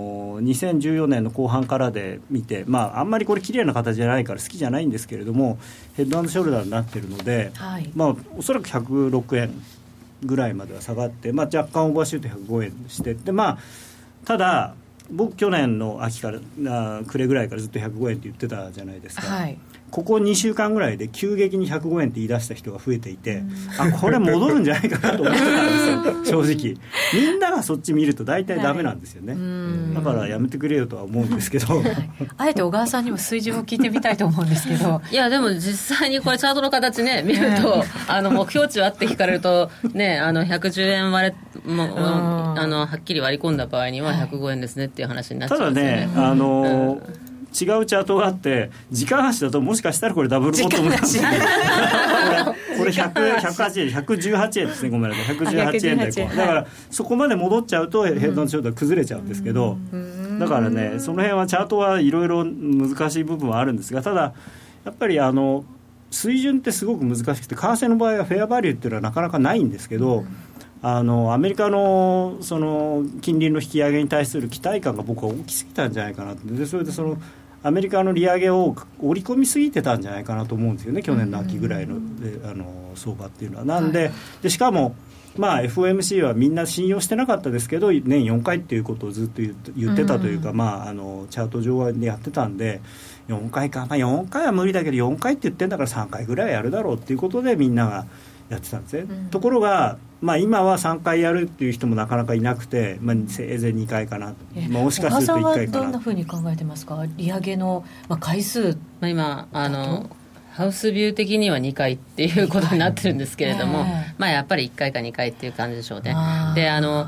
2014年の後半からで見て、あんまりこれ綺麗な形じゃないから好きじゃないんですけれども、ヘッド&ショルダーになっているので、おそらく106円ぐらいまでは下がって、若干オーバーシュート105円してって、ただ僕去年の秋から暮れぐらいからずっと105円って言ってたじゃないですか。ここ2週間ぐらいで急激に105円って言い出した人が増えていて、これ戻るんじゃないかなと思ってたんですよ正直。みんながそっち見ると大体ダメなんですよね、だからやめてくれよとは思うんですけどあえて小川さんにも数字を聞いてみたいと思うんですけどいやでも実際にこれチャートの形ね見ると目標値はって聞かれるとね、110円割れもはっきり割り込んだ場合には105円ですねっていう話になっちゃうんですよね。 ただね違うチャートがあって、時間足だともしかしたらこれダブルボトムなんですよこれ108円118円ですね、ごめんなさい、118円でだからそこまで戻っちゃうとヘッド&ショルダー崩れちゃうんですけど、だからねその辺はチャートはいろいろ難しい部分はあるんですが、ただやっぱり水準ってすごく難しくて、為替の場合はフェアバリューっていうのはなかなかないんですけど、アメリカのその金利の引き上げに対する期待感が僕は大きすぎたんじゃないかなって。でそれでそのアメリカの利上げを織り込みすぎてたんじゃないかなと思うんですよね、去年の秋ぐらいの相場っていうのは。なんで、しかもFOMC はみんな信用してなかったですけど、年4回っていうことをずっと言ってたというか、チャート上でやってたんで、4回か、4回は無理だけど4回って言ってんだから3回ぐらいやるだろうっていうことでみんながやってたんですね、ところが、今は3回やるっていう人もなかなかいなくて、せいぜい2回かな、もしかすると1回かな。 小川さんはどんなふうに考えてますか、利上げの、回数、 今ハウスビュー的には2回っていうことになってるんですけれども、やっぱり1回か2回っていう感じでしょうね。で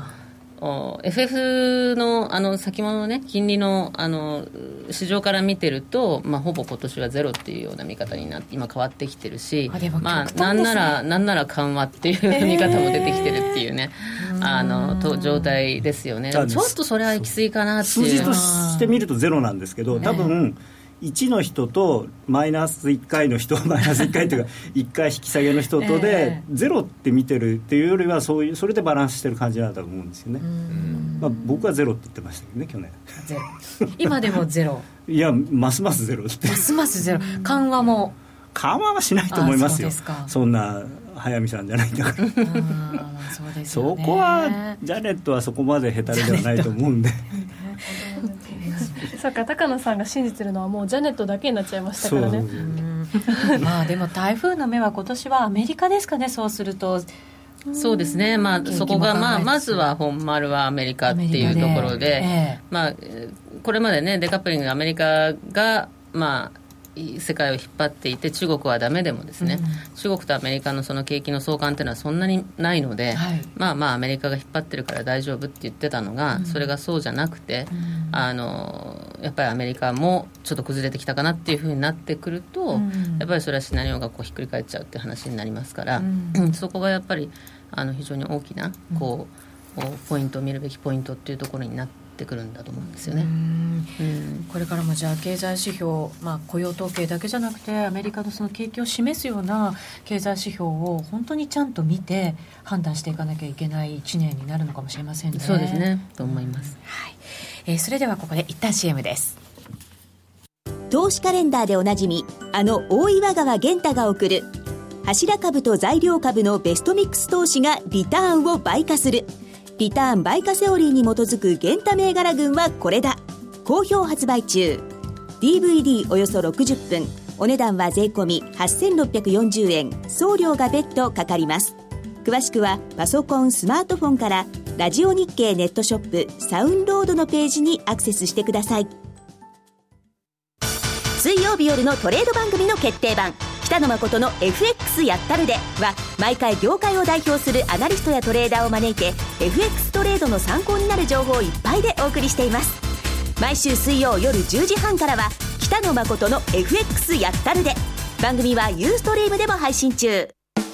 FF の先物のね金利の市場から見てると、ほぼ今年はゼロっていうような見方になって今変わってきてるし、なんなら緩和っていう見方も出てきてるっていうね、状態ですよね。ちょっとそれは行き過ぎかなっていう。 数字として見るとゼロなんですけど、多分1の人とマイナス1回の人マイナス1回というか1回引き下げの人とでゼロって見てるっていうよりはそれでバランスしてる感じだと思うんですよね。僕はゼロって言ってましたけどね、去年。 ゼロ今でもゼロいやますますゼロってますますゼロ。緩和はしないと思いますよ。そんな早見さんじゃないんだからそうですよね。そこはジャネットはそこまでヘタレではないと思うんでそうか、高野さんが信じてるのはもうジャネットだけになっちゃいましたからね。 でも台風の目は今年はアメリカですかね。そうするとそうですね、そこがまずは本丸はアメリカっていうところで、これまでねデカップリングアメリカが世界を引っ張っていて中国はダメでもですね、中国とアメリカのその景気の相関というのはそんなにないので、アメリカが引っ張ってるから大丈夫って言ってたのが、それがそうじゃなくて、やっぱりアメリカもちょっと崩れてきたかなっていう風になってくると、やっぱりそれはシナリオがひっくり返っちゃうっていう話になりますから、そこがやっぱり非常に大きなポイントを見るべきポイントっていうところになってくるんだと思うんですよね。 これからもじゃあ経済指標、雇用統計だけじゃなくてアメリカのその景気を示すような経済指標を本当にちゃんと見て判断していかなきゃいけない1年になるのかもしれませんね。 そうですねと思います、 それではここで一旦 CM です。 投資カレンダーでおなじみ大岩川源太が送る柱株と材料株のベストミックス投資がリターンを倍化するリターン倍化セオリーに基づく源太銘柄群はこれだ。好評発売中。 DVD およそ60分、お値段は税込み8640円、送料が別途かかります。詳しくはパソコンスマートフォンからラジオ日経ネットショップサウンロードのページにアクセスしてください。水曜日夜のトレード番組の決定版北野誠の FX やったるでは、毎回業界を代表するアナリストやトレーダーを招いて FX トレードの参考になる情報いっぱいでお送りしています。毎週水曜夜10時半からは北野誠の FX やったるで。番組はユーストリームでも配信中。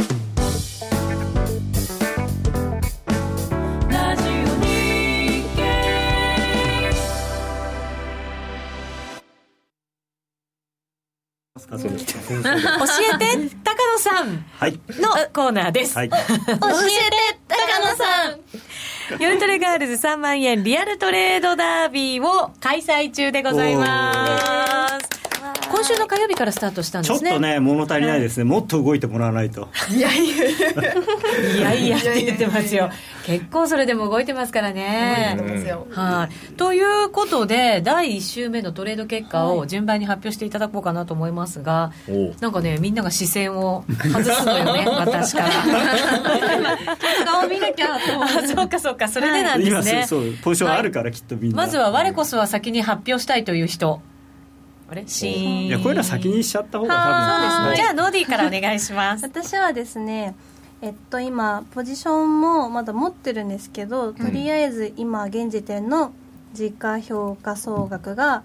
教えて高野さんのコーナーです、教えて高野さん。夜トレガールズ3万円リアルトレードダービーを開催中でございます。今週の火曜日からスタートしたんですね。 ちょっとね物足りないですね、もっと動いてもらわないと。 いやって言ってますよ。結構それでも動いてますからね。ということで第1週目のトレード結果を順番に発表していただこうかなと思いますが、なんかねみんなが視線を外すのよね私から顔見なきゃと思ってそうかそれでなんですね。 そうポジションあるから、きっとみんな。 まずは我こそは先に発表したいという人、シーン。 いやこういうのは先にしちゃった方が多分。そうですね。じゃあノーディーからお願いします。 私はですね、今ポジションもまだ持ってるんですけど、とりあえず今現時点の時価評価総額が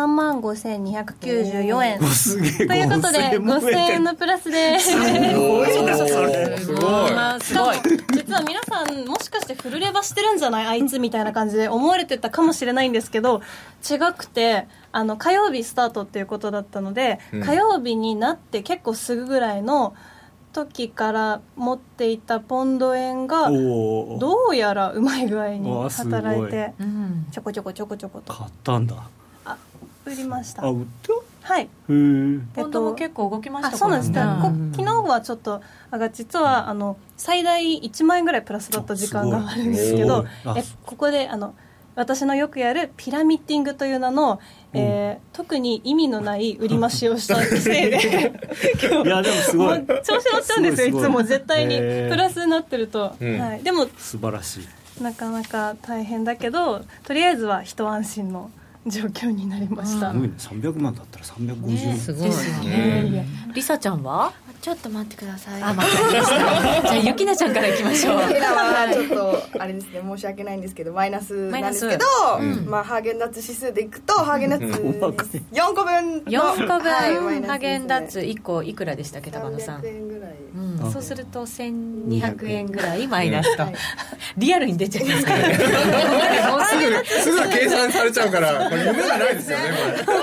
35,294円ということで5000円のプラスですごい。 すごい。 実は皆さんもしかしてフルレバしてるんじゃないあいつみたいな感じで思われてたかもしれないんですけど、違くて火曜日スタートっていうことだったので、火曜日になって結構すぐぐらいの時から持っていたポンド円がどうやらうまい具合に働いてちょこちょこと買ったんだ。 売りました。 売った？ はい。 ポンドも結構動きましたからね。 そうなんです。昨日はちょっと実は最大1万円ぐらいプラスだった時間があるんですけど、ここで私のよくやるピラミッティングという名の、特に意味のない売り増しをしたせいでいやでもすごい調子乗っちゃうんですよ、いつも絶対にプラスになってると、はい、でも素晴らしい、 なかなか大変だけどとりあえずは一安心の状況になりました。 すごいね、300万だったら350万、 すごいですよね。リサちゃんはちょっと待ってください。 待ってください。じゃあゆきなちゃんからいきましょう。 ゆきなはちょっとあれですね、申し訳ないんですけどマイナスなんですけど、ハーゲンダッツ指数でいくとハーゲンダッツ4個分の 4個分、 はい、 ハーゲンダッツ1個いくらでしたっけ、高野さん。 300円ぐらい、 そうすると1200円ぐらいマイナスと、リアルに出ちゃいますからねすぐ計算されちゃうからこれ夢がないですよねこ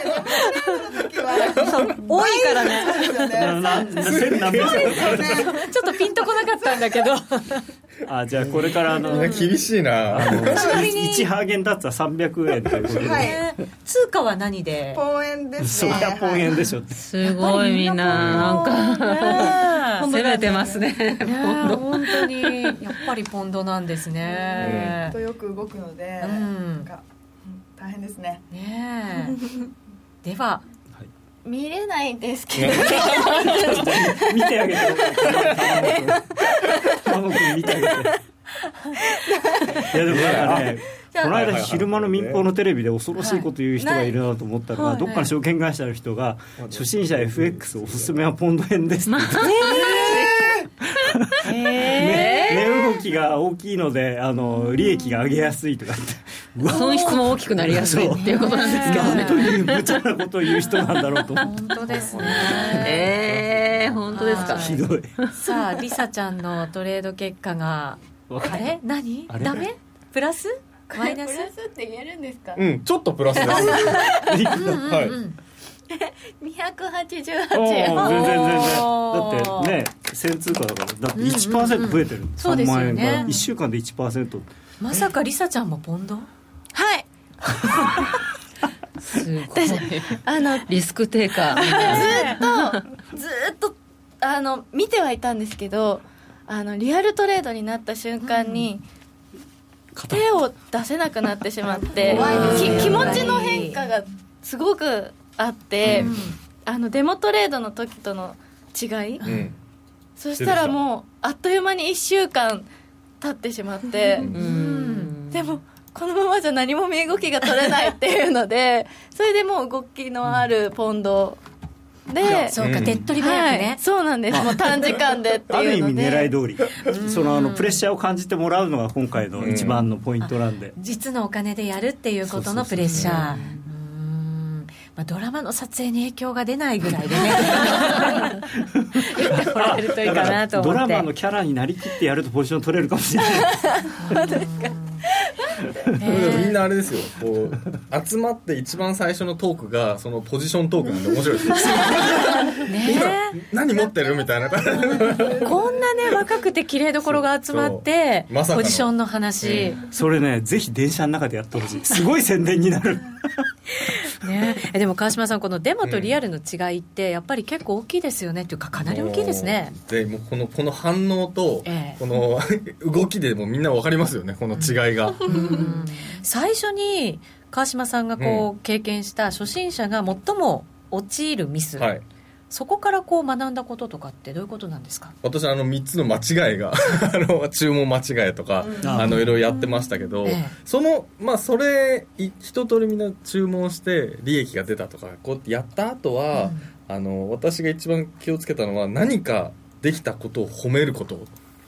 れそう多いからね千何百円ちょっとピンとこなかったんだけどじゃあこれから厳しいな 1ハーゲンダッツは300円ということで、 はい、 通貨は何で？ ポン円ですね。 そりゃポン円でしょって、 すごいみんななんか攻めてますね。 本当にやっぱりポンドなんですね。 よく動くので、なんか大変ですね。 ねでは見れないんですけど見てあげて玉野君見てあげていやでもなんかねこの間昼間の民放のテレビで恐ろしいこと言う人がいるなと思ったのが、どっかの証券会社の人が初心者 FX おすすめはポンド円ですって値動きが大きいので利益が上げやすいとかって損失も大きくなりやすいっていうことなんですけどね。 という無茶なことを言う人なんだろうと本当ですね。 本当ですか。 ひどい。 さあリサちゃんのトレード結果があれ何ダメプラスマイナスプラスって言えるんですか？ ちょっとプラスです 288 円。 円。 全然だってね1000通貨だからだって 1% 増えてる、3万円から1週間で 1%。 まさかリサちゃんもポンド？ はいすごいリスクテイカーずっと見てはいたんですけどリアルトレードになった瞬間に、手を出せなくなってしまって気持ちの変化がすごくあって、デモトレードの時との違い、そしたらもうあっという間に1週間経ってしまって、でもこのままじゃ何も身動きが取れないっていうのでそれでもう動きのあるポンドで、 そうか手っ取り早くね、 そうなんです、もう短時間でっていうのである意味狙い通りプレッシャーを感じてもらうのが今回の一番のポイントなんで、 実のお金でやるっていうことのプレッシャー、ドラマの撮影に影響が出ないぐらいでね言ってもらえるといいかなと思って、 ドラマのキャラになりきってやるとポジション取れるかもしれない本当ですかみんなあれですよ、こう集まって一番最初のトークがそのポジショントークなんで面白いです何持ってるみたいなこんなね若くて綺麗どころが集まってポジションの話、 それねぜひ電車の中でやってほしい、すごい宣伝になるね、でも川島さんこのデモとリアルの違いってやっぱり結構大きいですよねっていうかかなり大きいですね。 でもうこの反応と、この動きでもみんな分かりますよね、この違いが、 最初に川島さんが経験した初心者が最も陥るミス、そこから学んだこととかってどういうことなんですか？ 私3つの間違いが注文間違いとか、いろいろやってましたけど、それ一通りみんな注文して利益が出たとかこうやってやった後は、私が一番気をつけたのは何かできたことを褒めること。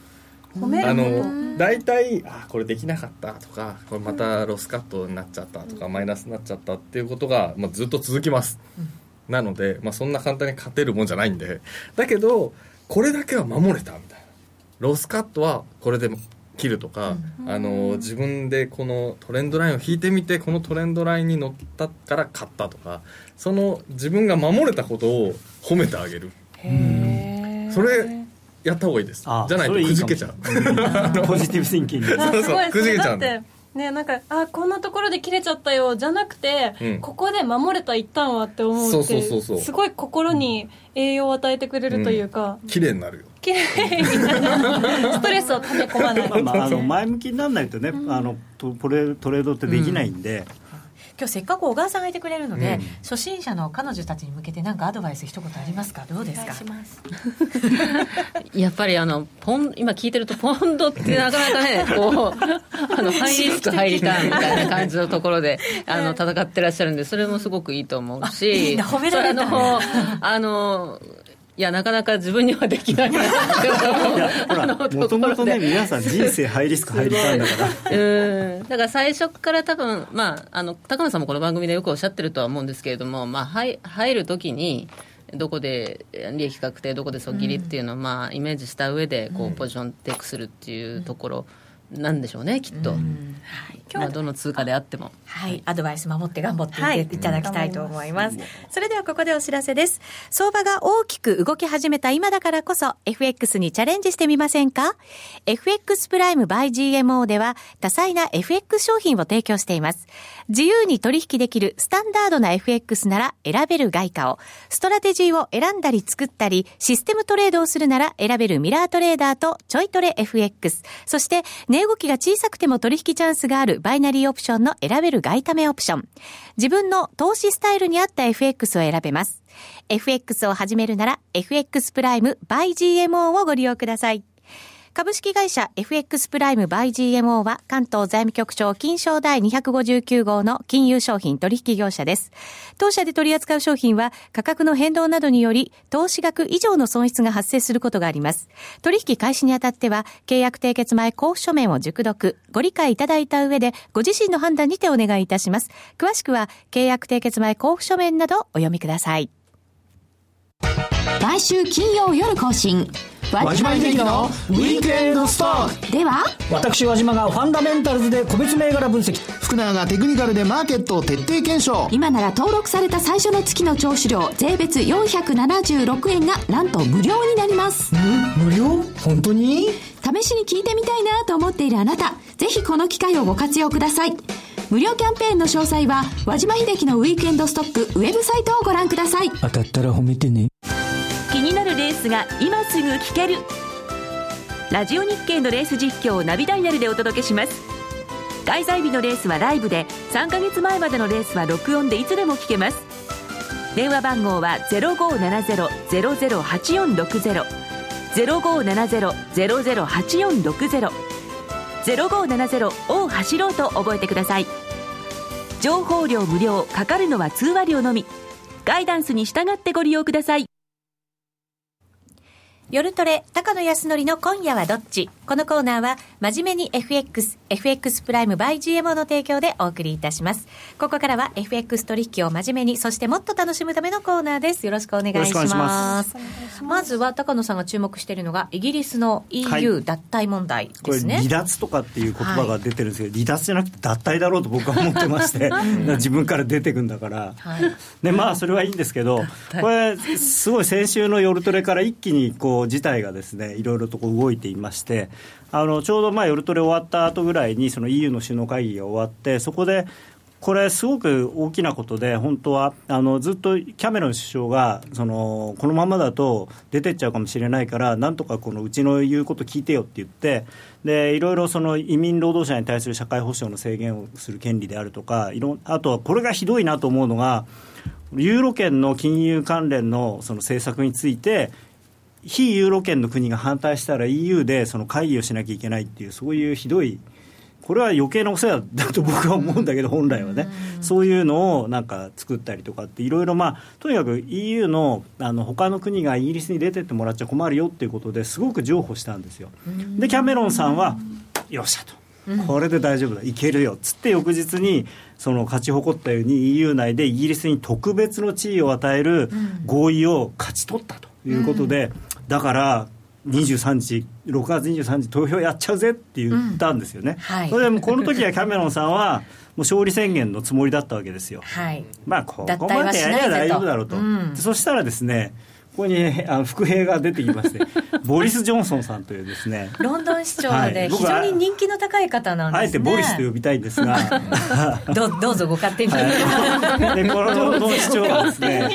大体これできなかったとかこれまたロスカットになっちゃったとか、マイナスになっちゃったっていうことが、ずっと続きます、なので、そんな簡単に勝てるもんじゃないんで、だけどこれだけは守れたみたいな、ロスカットはこれで切るとか、自分でこのトレンドラインを引いてみてこのトレンドラインに乗ったから買ったとか、その自分が守れたことを褒めてあげる。それやった方がいいです。じゃないとくじけちゃう。 ポジティブシンキング。 そうくじけちゃうんで。 ね、なんかこんなところで切れちゃったよじゃなくて、ここで守れた一旦はって思うって、すごい心に栄養を与えてくれるというか、 綺麗になるよ、 綺麗になるストレスを溜め込まない、 前向きにならないとね、トレードってできないんで、 今日せっかく小川さんがいてくれるので、初心者の彼女たちに向けて何かアドバイス一言ありますか？どうですか？ やっぱり今聞いてるとポンドってなかなかねこうハイリスクハイリターンみたいな感じのところで戦ってらっしゃるんで、それもすごくいいと思うし、 褒められたいやなかなか自分にはできないなってもともとね皆さん人生ハイリスクハイリターンだからだから最初から多分、高野さんもこの番組でよくおっしゃってるとは思うんですけれども、入るときにどこで利益確定どこで損切りっていうのをイメージした上でポジションテイクするっていうところなんでしょうね、きっと、どの通貨であっても、 アドバイス守って頑張っていただきたいと思います。それではここでお知らせです。相場が大きく動き始めた今だからこそ FX にチャレンジしてみませんか？ FX プライム by GMO では多彩な FX 商品を提供しています。自由に取引できるスタンダードな FX なら選べる外貨を、ストラテジーを選んだり作ったりシステムトレードをするなら選べるミラートレーダーとちょいトレ FX、 そして値動きが小さくても取引チャンスがあるバイナリーオプションの選べる外為オプション、自分の投資スタイルに合った FX を選べます。 FX を始めるなら FX プライム by GMO をご利用ください。株式会社 FX プライム by GMO は関東財務局長金商第259号の金融商品取引業者です。当社で取り扱う商品は価格の変動などにより投資額以上の損失が発生することがあります。取引開始にあたっては契約締結前交付書面を熟読ご理解いただいた上でご自身の判断にてお願いいたします。詳しくは契約締結前交付書面などお読みください。 毎週金曜夜更新和島秀樹のウィークエンドストックでは、 私和島がファンダメンタルズで個別銘柄分析、 福永がテクニカルでマーケットを徹底検証。 今なら登録された最初の月の聴取料税別476円がなんと無料になります。 無料？本当に？ 試しに聞いてみたいなと思っているあなた、ぜひこの機会をご活用ください。無料キャンペーンの詳細は和島秀樹のウィークエンドストックウェブサイトをご覧ください。 当たったら褒めてね。 気になるレースが今すぐ聞ける。ラジオ日経のレース実況をナビダイヤルでお届けします。開催日のレースはライブで、3ヶ月前までのレースは録音でいつでも聞けます。電話番号は 0570-008460 0570-008460 0570を走ろうと覚えてください。情報料無料、かかるのは通話料のみ。ガイダンスに従ってご利用ください。 夜トレ高野康則の今夜はどっち。このコーナーは真面目に FX プライム by GMO の提供でお送りいたします。ここからは FX 取引を真面目に、そしてもっと楽しむためのコーナーです。よろしくお願いします。まずは高野さんが注目しているのがイギリスの EU 脱退問題ですね。 これ離脱とかっていう言葉が出てるんですけど、離脱じゃなくて脱退だろうと僕は思ってまして自分から出てくんだから、でそれはいいんですけど、これすごい先週の夜トレから一気にこう事態がですねいろいろとこう動いていまして、ちょうど夜トレ終わった後ぐらいにその EU の首脳会議が終わって、そこでこれすごく大きなことで、本当はずっとキャメロン首相がこのままだと出てっちゃうかもしれないから、なんとかうちの言うこと聞いてよって言って、でいろいろその移民労働者に対する社会保障の制限をする権利であるとか、あとはこれがひどいなと思うのが、ユーロ圏の金融関連のその政策について非ユーロ圏の国が反対したら EU でその会議をしなきゃいけないっていう、そういうひどい、これは余計なお世話だと僕は思うんだけど、本来はね、そういうのをなんか作ったりとかっていろいろ、とにかく EU の他の国がイギリスに出てってもらっちゃ困るよっていうことですごく譲歩したんですよ。でキャメロンさんはよっしゃと、これで大丈夫だ、いけるよっつって翌日にその勝ち誇ったように EU 内でイギリスに特別の地位を与える合意を勝ち取ったということで、だから6月23日投票やっちゃうぜって言ったんですよね、それでこの時はキャメロンさんはもう勝利宣言のつもりだったわけですよ、ここまでやりゃ大丈夫だろうと、そしたらですね、 ここに副兵が出てきましてボリス・ジョンソンさんというですねロンドン市長で非常に人気の高い方なんですね。 あえてボリスと呼びたいんですがどうぞご勝手に、 はい、でこのロンドン市長がですね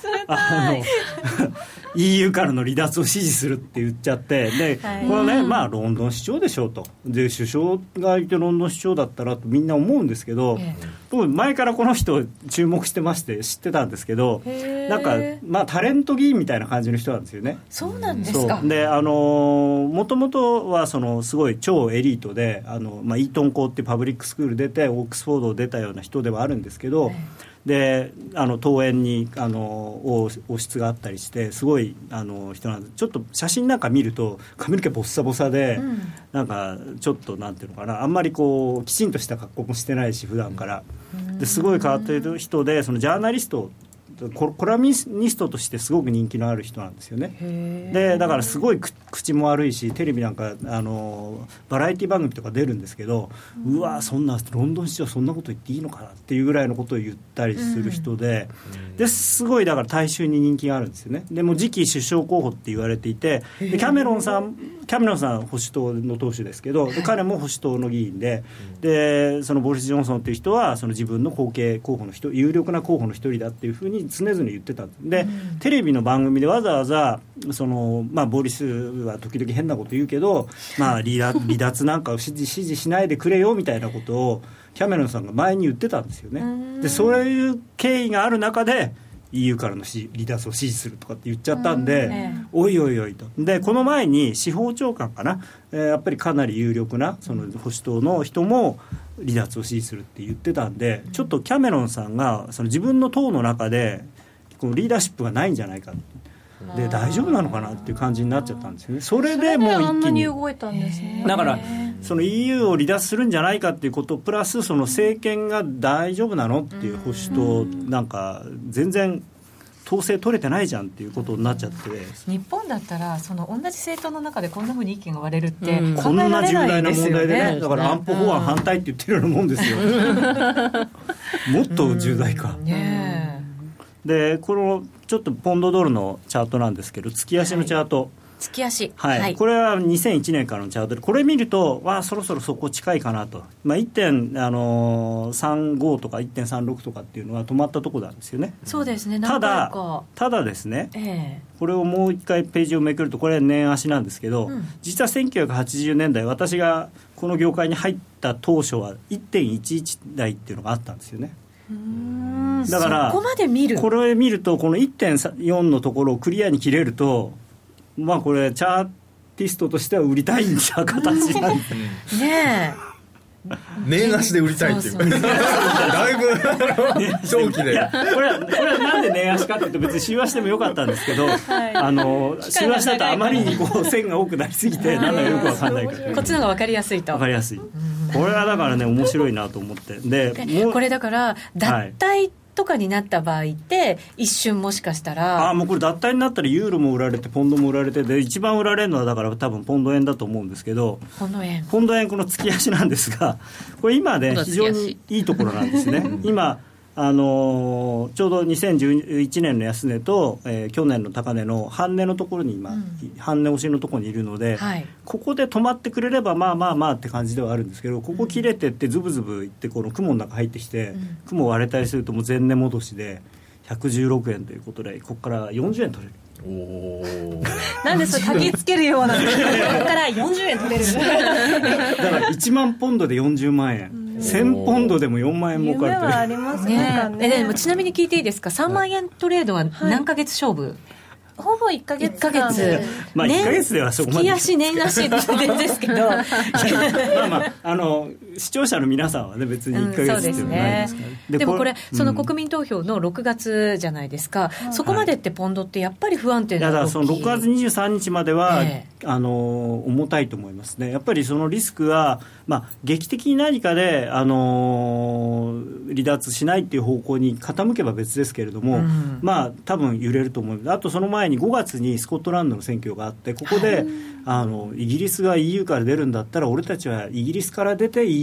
EU からの離脱を支持するって言っちゃってで、はい、これね、まあロンドン市長でしょうとで首相がいてロンドン市長だったらとみんな思うんですけど、僕前からこの人注目してまして知ってたんですけどなんか、まあ、タレント議員みたいな感じの人なんですよね。 そうなんですか。 でもともとはすごい超エリートでまあ、イートン校っていうパブリックスクール出てオックスフォードを出たような人ではあるんですけど、で登園に王室があったりしてすごい人なんでちょっと写真なんか見ると髪の毛ボッサボサで、なんかちょっとなんていうのかなあんまりこうきちんとした格好もしてないし普段からですごい変わっている人でジャーナリストコラムニストとしてすごく人気のある人なんですよね。でだからすごい口も悪いしテレビなんかバラエティ番組とか出るんですけど、うわそんなロンドン市長そんなこと言っていいのかなっていうぐらいのことを言ったりする人ですごいだから大衆に人気があるんですよね。でも次期首相候補って言われていてでキャメロンさん保守党の党首ですけどで彼も保守党の議員でそのボリス・ジョンソンっていう人はその自分の後継候補の人有力な候補の一人だっていうふうに常々言ってたんで、テレビの番組でわざわざまあ、ボリスは時々変なこと言うけど、まあ、離脱なんかを支持しないでくれよみたいなことをキャメロンさんが前に言ってたんですよね。でそういう経緯がある中でEU からの離脱を支持するとかって言っちゃったんで、おいおいおいと。でこの前に司法長官かな、やっぱりかなり有力なその保守党の人も離脱を支持するって言ってたんで、ちょっとキャメロンさんが自分の党の中でこのリーダーシップがないんじゃないかで大丈夫なのかなっていう感じになっちゃったんですよね。それでもう一気にあんなに動いたんですね。 だからEU を離脱するんじゃないかっていうことプラス政権が大丈夫なのっていう保守党なんか全然統制取れてないじゃんっていうことになっちゃって、 日本だったら同じ政党の中でこんなふうに意見が割れるってこんな重大な問題でね、だから安保法案反対って言ってるようなもんですよもっと重大か、でこのちょっとポンドドルのチャートなんですけど月足のチャート、 月足、 これは2001年からのチャートでこれ見るとそろそろそこ近いかなと、1.35 とか 1.36 とかっていうのは止まったところなんですよね。 そうですね。 ただですね、これをもう一回ページをめくるとこれは年足なんですけど、実は1980年代私がこの業界に入った当初は 1.11 台っていうのがあったんですよね。だからそこまで見るこれを見るとこの 1.4 のところをクリアに切れるとまあこれチャーティストとしては売りたいんじゃ形なんですね年足で売りたいっていうだいぶ長期でこれはなんで年足かっていうと別に週足でもよかったんですけど、週足だとあまりに線が多くなりすぎてなんだかよく分かんないからこっちの方が分かりやすいと。 分かりやすい、これはだからね面白いなと思ってでこれだから脱退とかになった場合って一瞬もしかしたらもうこれ脱退になったらユーロも売られてポンドも売られてで一番売られるのはだから多分ポンド円だと思うんですけどポンド円この月足なんですがこれ今ね非常にいいところなんですね今ちょうど2011年の安値と、去年の高値の半値のところに今、半値押しのところにいるので、ここで止まってくれればまあって感じではあるんですけどここ切れてってズブズブいってこの雲の中入ってきて、雲割れたりするともう前値戻しで116円ということでここから40円取れる。 なんでそれ焚きつけるようなここから40円取れるだから1万ポンドで40万円1000ポンドでも4万円儲かるという夢はありますね。 でもちなみに聞いていいですか、3万円トレードは何ヶ月勝負？ ほぼ1ヶ月間 1ヶ月ではそこまで月足年足ですけど視聴者の皆さんはね別に1ヶ月っていうのはないですから、 でもこれその国民投票の6月じゃないですか、そこまでってポンドってやっぱり不安定な動き。 だからその6月23日までは、重たいと思いますね。やっぱりそのリスクは、劇的に何かで、離脱しないっていう方向に傾けば別ですけれども、多分揺れると思います。あとその前に5月にスコットランドの選挙があってここで、イギリスが EU から出るんだったら俺たちはイギリスから出て EU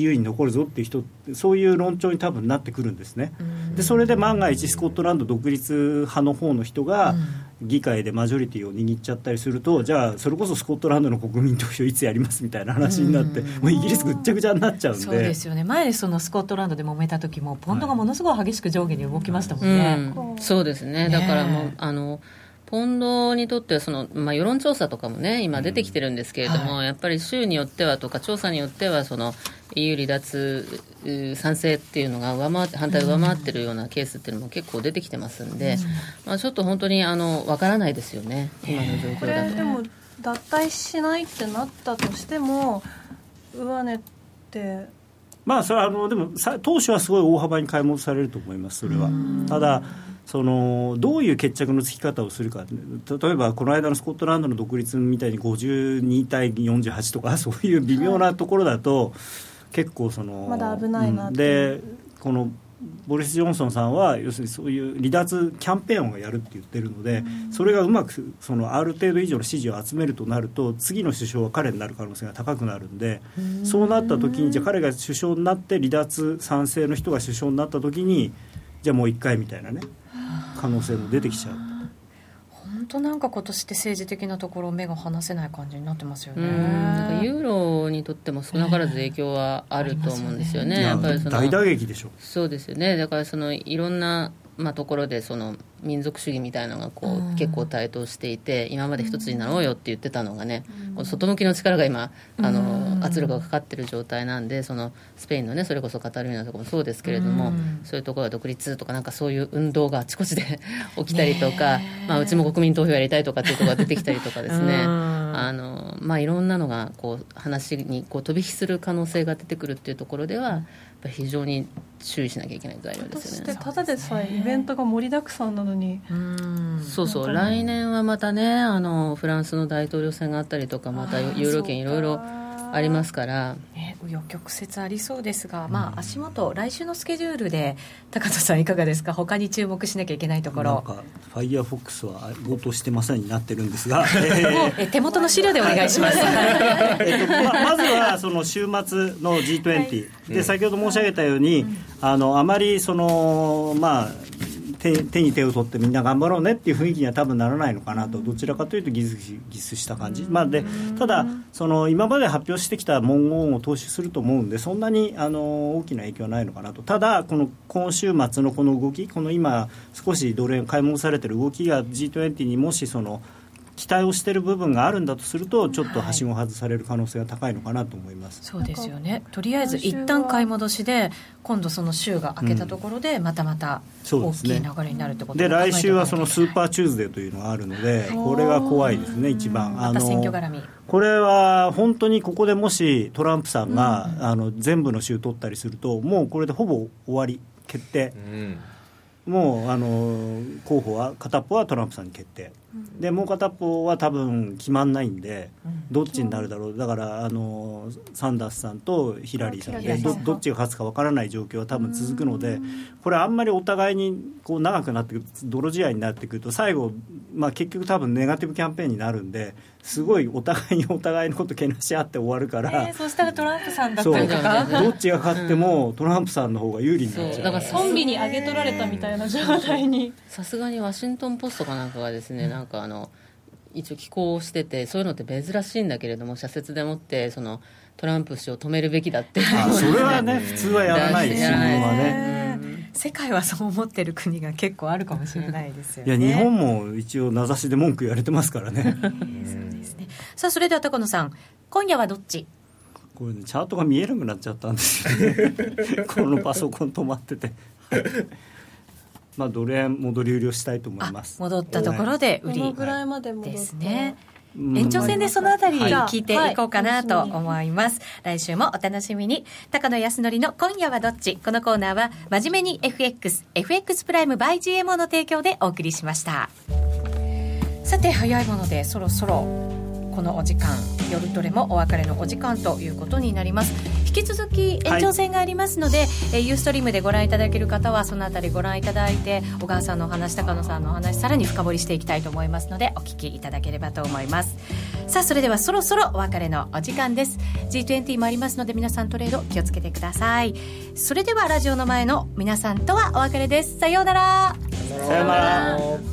EU に残るぞっていう人、そういう論調に多分なってくるんですね。でそれで万が一スコットランド独立派の方の人が議会でマジョリティを握っちゃったりすると、じゃあそれこそスコットランドの国民投票いつやりますみたいな話になって、もうイギリスぐっちゃぐちゃになっちゃうんで。 そうですよね。前そのスコットランドで揉めた時もポンドがものすごい激しく上下に動きましたもんね。 そうですね。だからもうポンドにとっては世論調査とかもね今出てきてるんですけれども、やっぱり州によってはとか調査によってはEU 離脱賛成っていうのが反対を上回ってるようなケースっていうのも結構出てきてますんで、ちょっと本当にわからないですよね今の状況だと。 これでも脱退しないってなったとしても上値ってそれはでも当初はすごい大幅に買い戻されると思います。それはただどういう決着のつき方をするか、例えばこの間のスコットランドの独立みたいに52対48とかそういう微妙なところだと、結構まだ危ないなって、 でこのボリス・ジョンソンさんは要するにそういう離脱キャンペーンをやるって言ってるので、それがうまくある程度以上の支持を集めるとなると、次の首相は彼になる可能性が高くなるんで、そうなった時にじゃあ彼が首相になって離脱賛成の人が首相になった時にじゃあもう一回みたいなね可能性も出てきちゃう。 本当なんか今年って政治的なところ目が離せない感じになってますよね。 なんかユーロにとっても少なからず影響はあると思うんですよね。やっぱり大打撃でしょ。 そうですよね。だからいろんなところで民族主義みたいなのが結構台頭していて、今まで一つになろうよって言ってたのがね、外向きの力が今圧力がかかってる状態なんで、スペインのねそれこそカタルーニャとかもそうですけれども、そういうところは独立とかなんかそういう運動があちこちで起きたりとか、うちも国民投票やりたいとかっていうところが出てきたりとかですねいろんなのが話に飛び火する可能性が出てくるっていうところでは非常に注意しなきゃいけない材料ですよね。 そしてただでさえイベントが盛りだくさんなのに、 そう来年はまたねフランスの大統領選があったりとか、またユーロ圏いろいろありますから、 紆余曲折ありそうですが、足元来週のスケジュールで高田さんいかがですか。他に注目しなきゃいけないところ。 なんかファイヤーフォックスは強盗してませんになってるんですが、 手元の資料でお願いします。 まずは週末の G20、で先ほど申し上げたように、あまり手に手を取ってみんな頑張ろうねっていう雰囲気には多分ならないのかなと、どちらかというとギスした感じ、でただ今まで発表してきた文言を踏襲すると思うんで、そんなに大きな影響はないのかなと。ただ今週末のこの動き、今少しドル円買い戻されている動きが G20 にもし期待をしている部分があるんだとすると、ちょっとはしご外される可能性が高いのかなと思います。 そうですよね。とりあえず一旦買い戻しで、今度週が明けたところでまた大きい流れになるってことで、来週はスーパーチューズデーというのがあるので、これが怖いですね。一番また選挙絡み、 これは本当にここでもしトランプさんが、全部の州取ったりすると、もうこれでほぼ終わり決定、もう候補は片っぽはトランプさんに決定で、もう片っぽは多分決まんないんで、どっちになるだろう。だからサンダースさんとヒラリーさんでどっちが勝つか分からない状況は多分続くので、これあんまりお互いに長くなってくる、泥仕合になってくると最後、結局多分ネガティブキャンペーンになるんで、すごいお互いのことけなし合って終わるから、 そうしたらトランプさんだったりとか、 どっちが勝ってもトランプさんの方が有利になっちゃう。 だからコンビに上げ取られたみたいな状態に。 さすがにワシントンポストかなんかがですね、なんか一応寄稿してて、そういうのって珍しいんだけれども、社説でもってトランプ氏を止めるべきだってそれはね普通はやらないです、新聞はね。 世界はそう思ってる国が結構あるかもしれないですよね。 いや日本も一応名指しで文句言われてますからね。 そうですね。さあそれでは高野さん、今夜はどっち？ これ、チャートが見えなくなっちゃったんですよねこのパソコン止まっててドル円戻り売りをしたいと思います。 戻ったところで売り、 どのぐらいまで戻ったですね。延長戦でそのあたり聞いていこうかなと思います。来週もお楽しみに。高野康則の今夜はどっち。このコーナーは真面目に FX プライム by GMO の提供でお送りしました。さて早いものでそろそろこのお時間、夜トレもお別れのお時間ということになります。引き続き延長戦がありますので、ユーストリームでご覧いただける方はそのあたりご覧いただいて、小川さんのお話、高野さんのお話、さらに深掘りしていきたいと思いますので、お聞きいただければと思います。 さあそれではそろそろお別れのお時間です。 G20 もありますので皆さんトレード気をつけてください。それではラジオの前の皆さんとはお別れです。さようなら。 さようなら。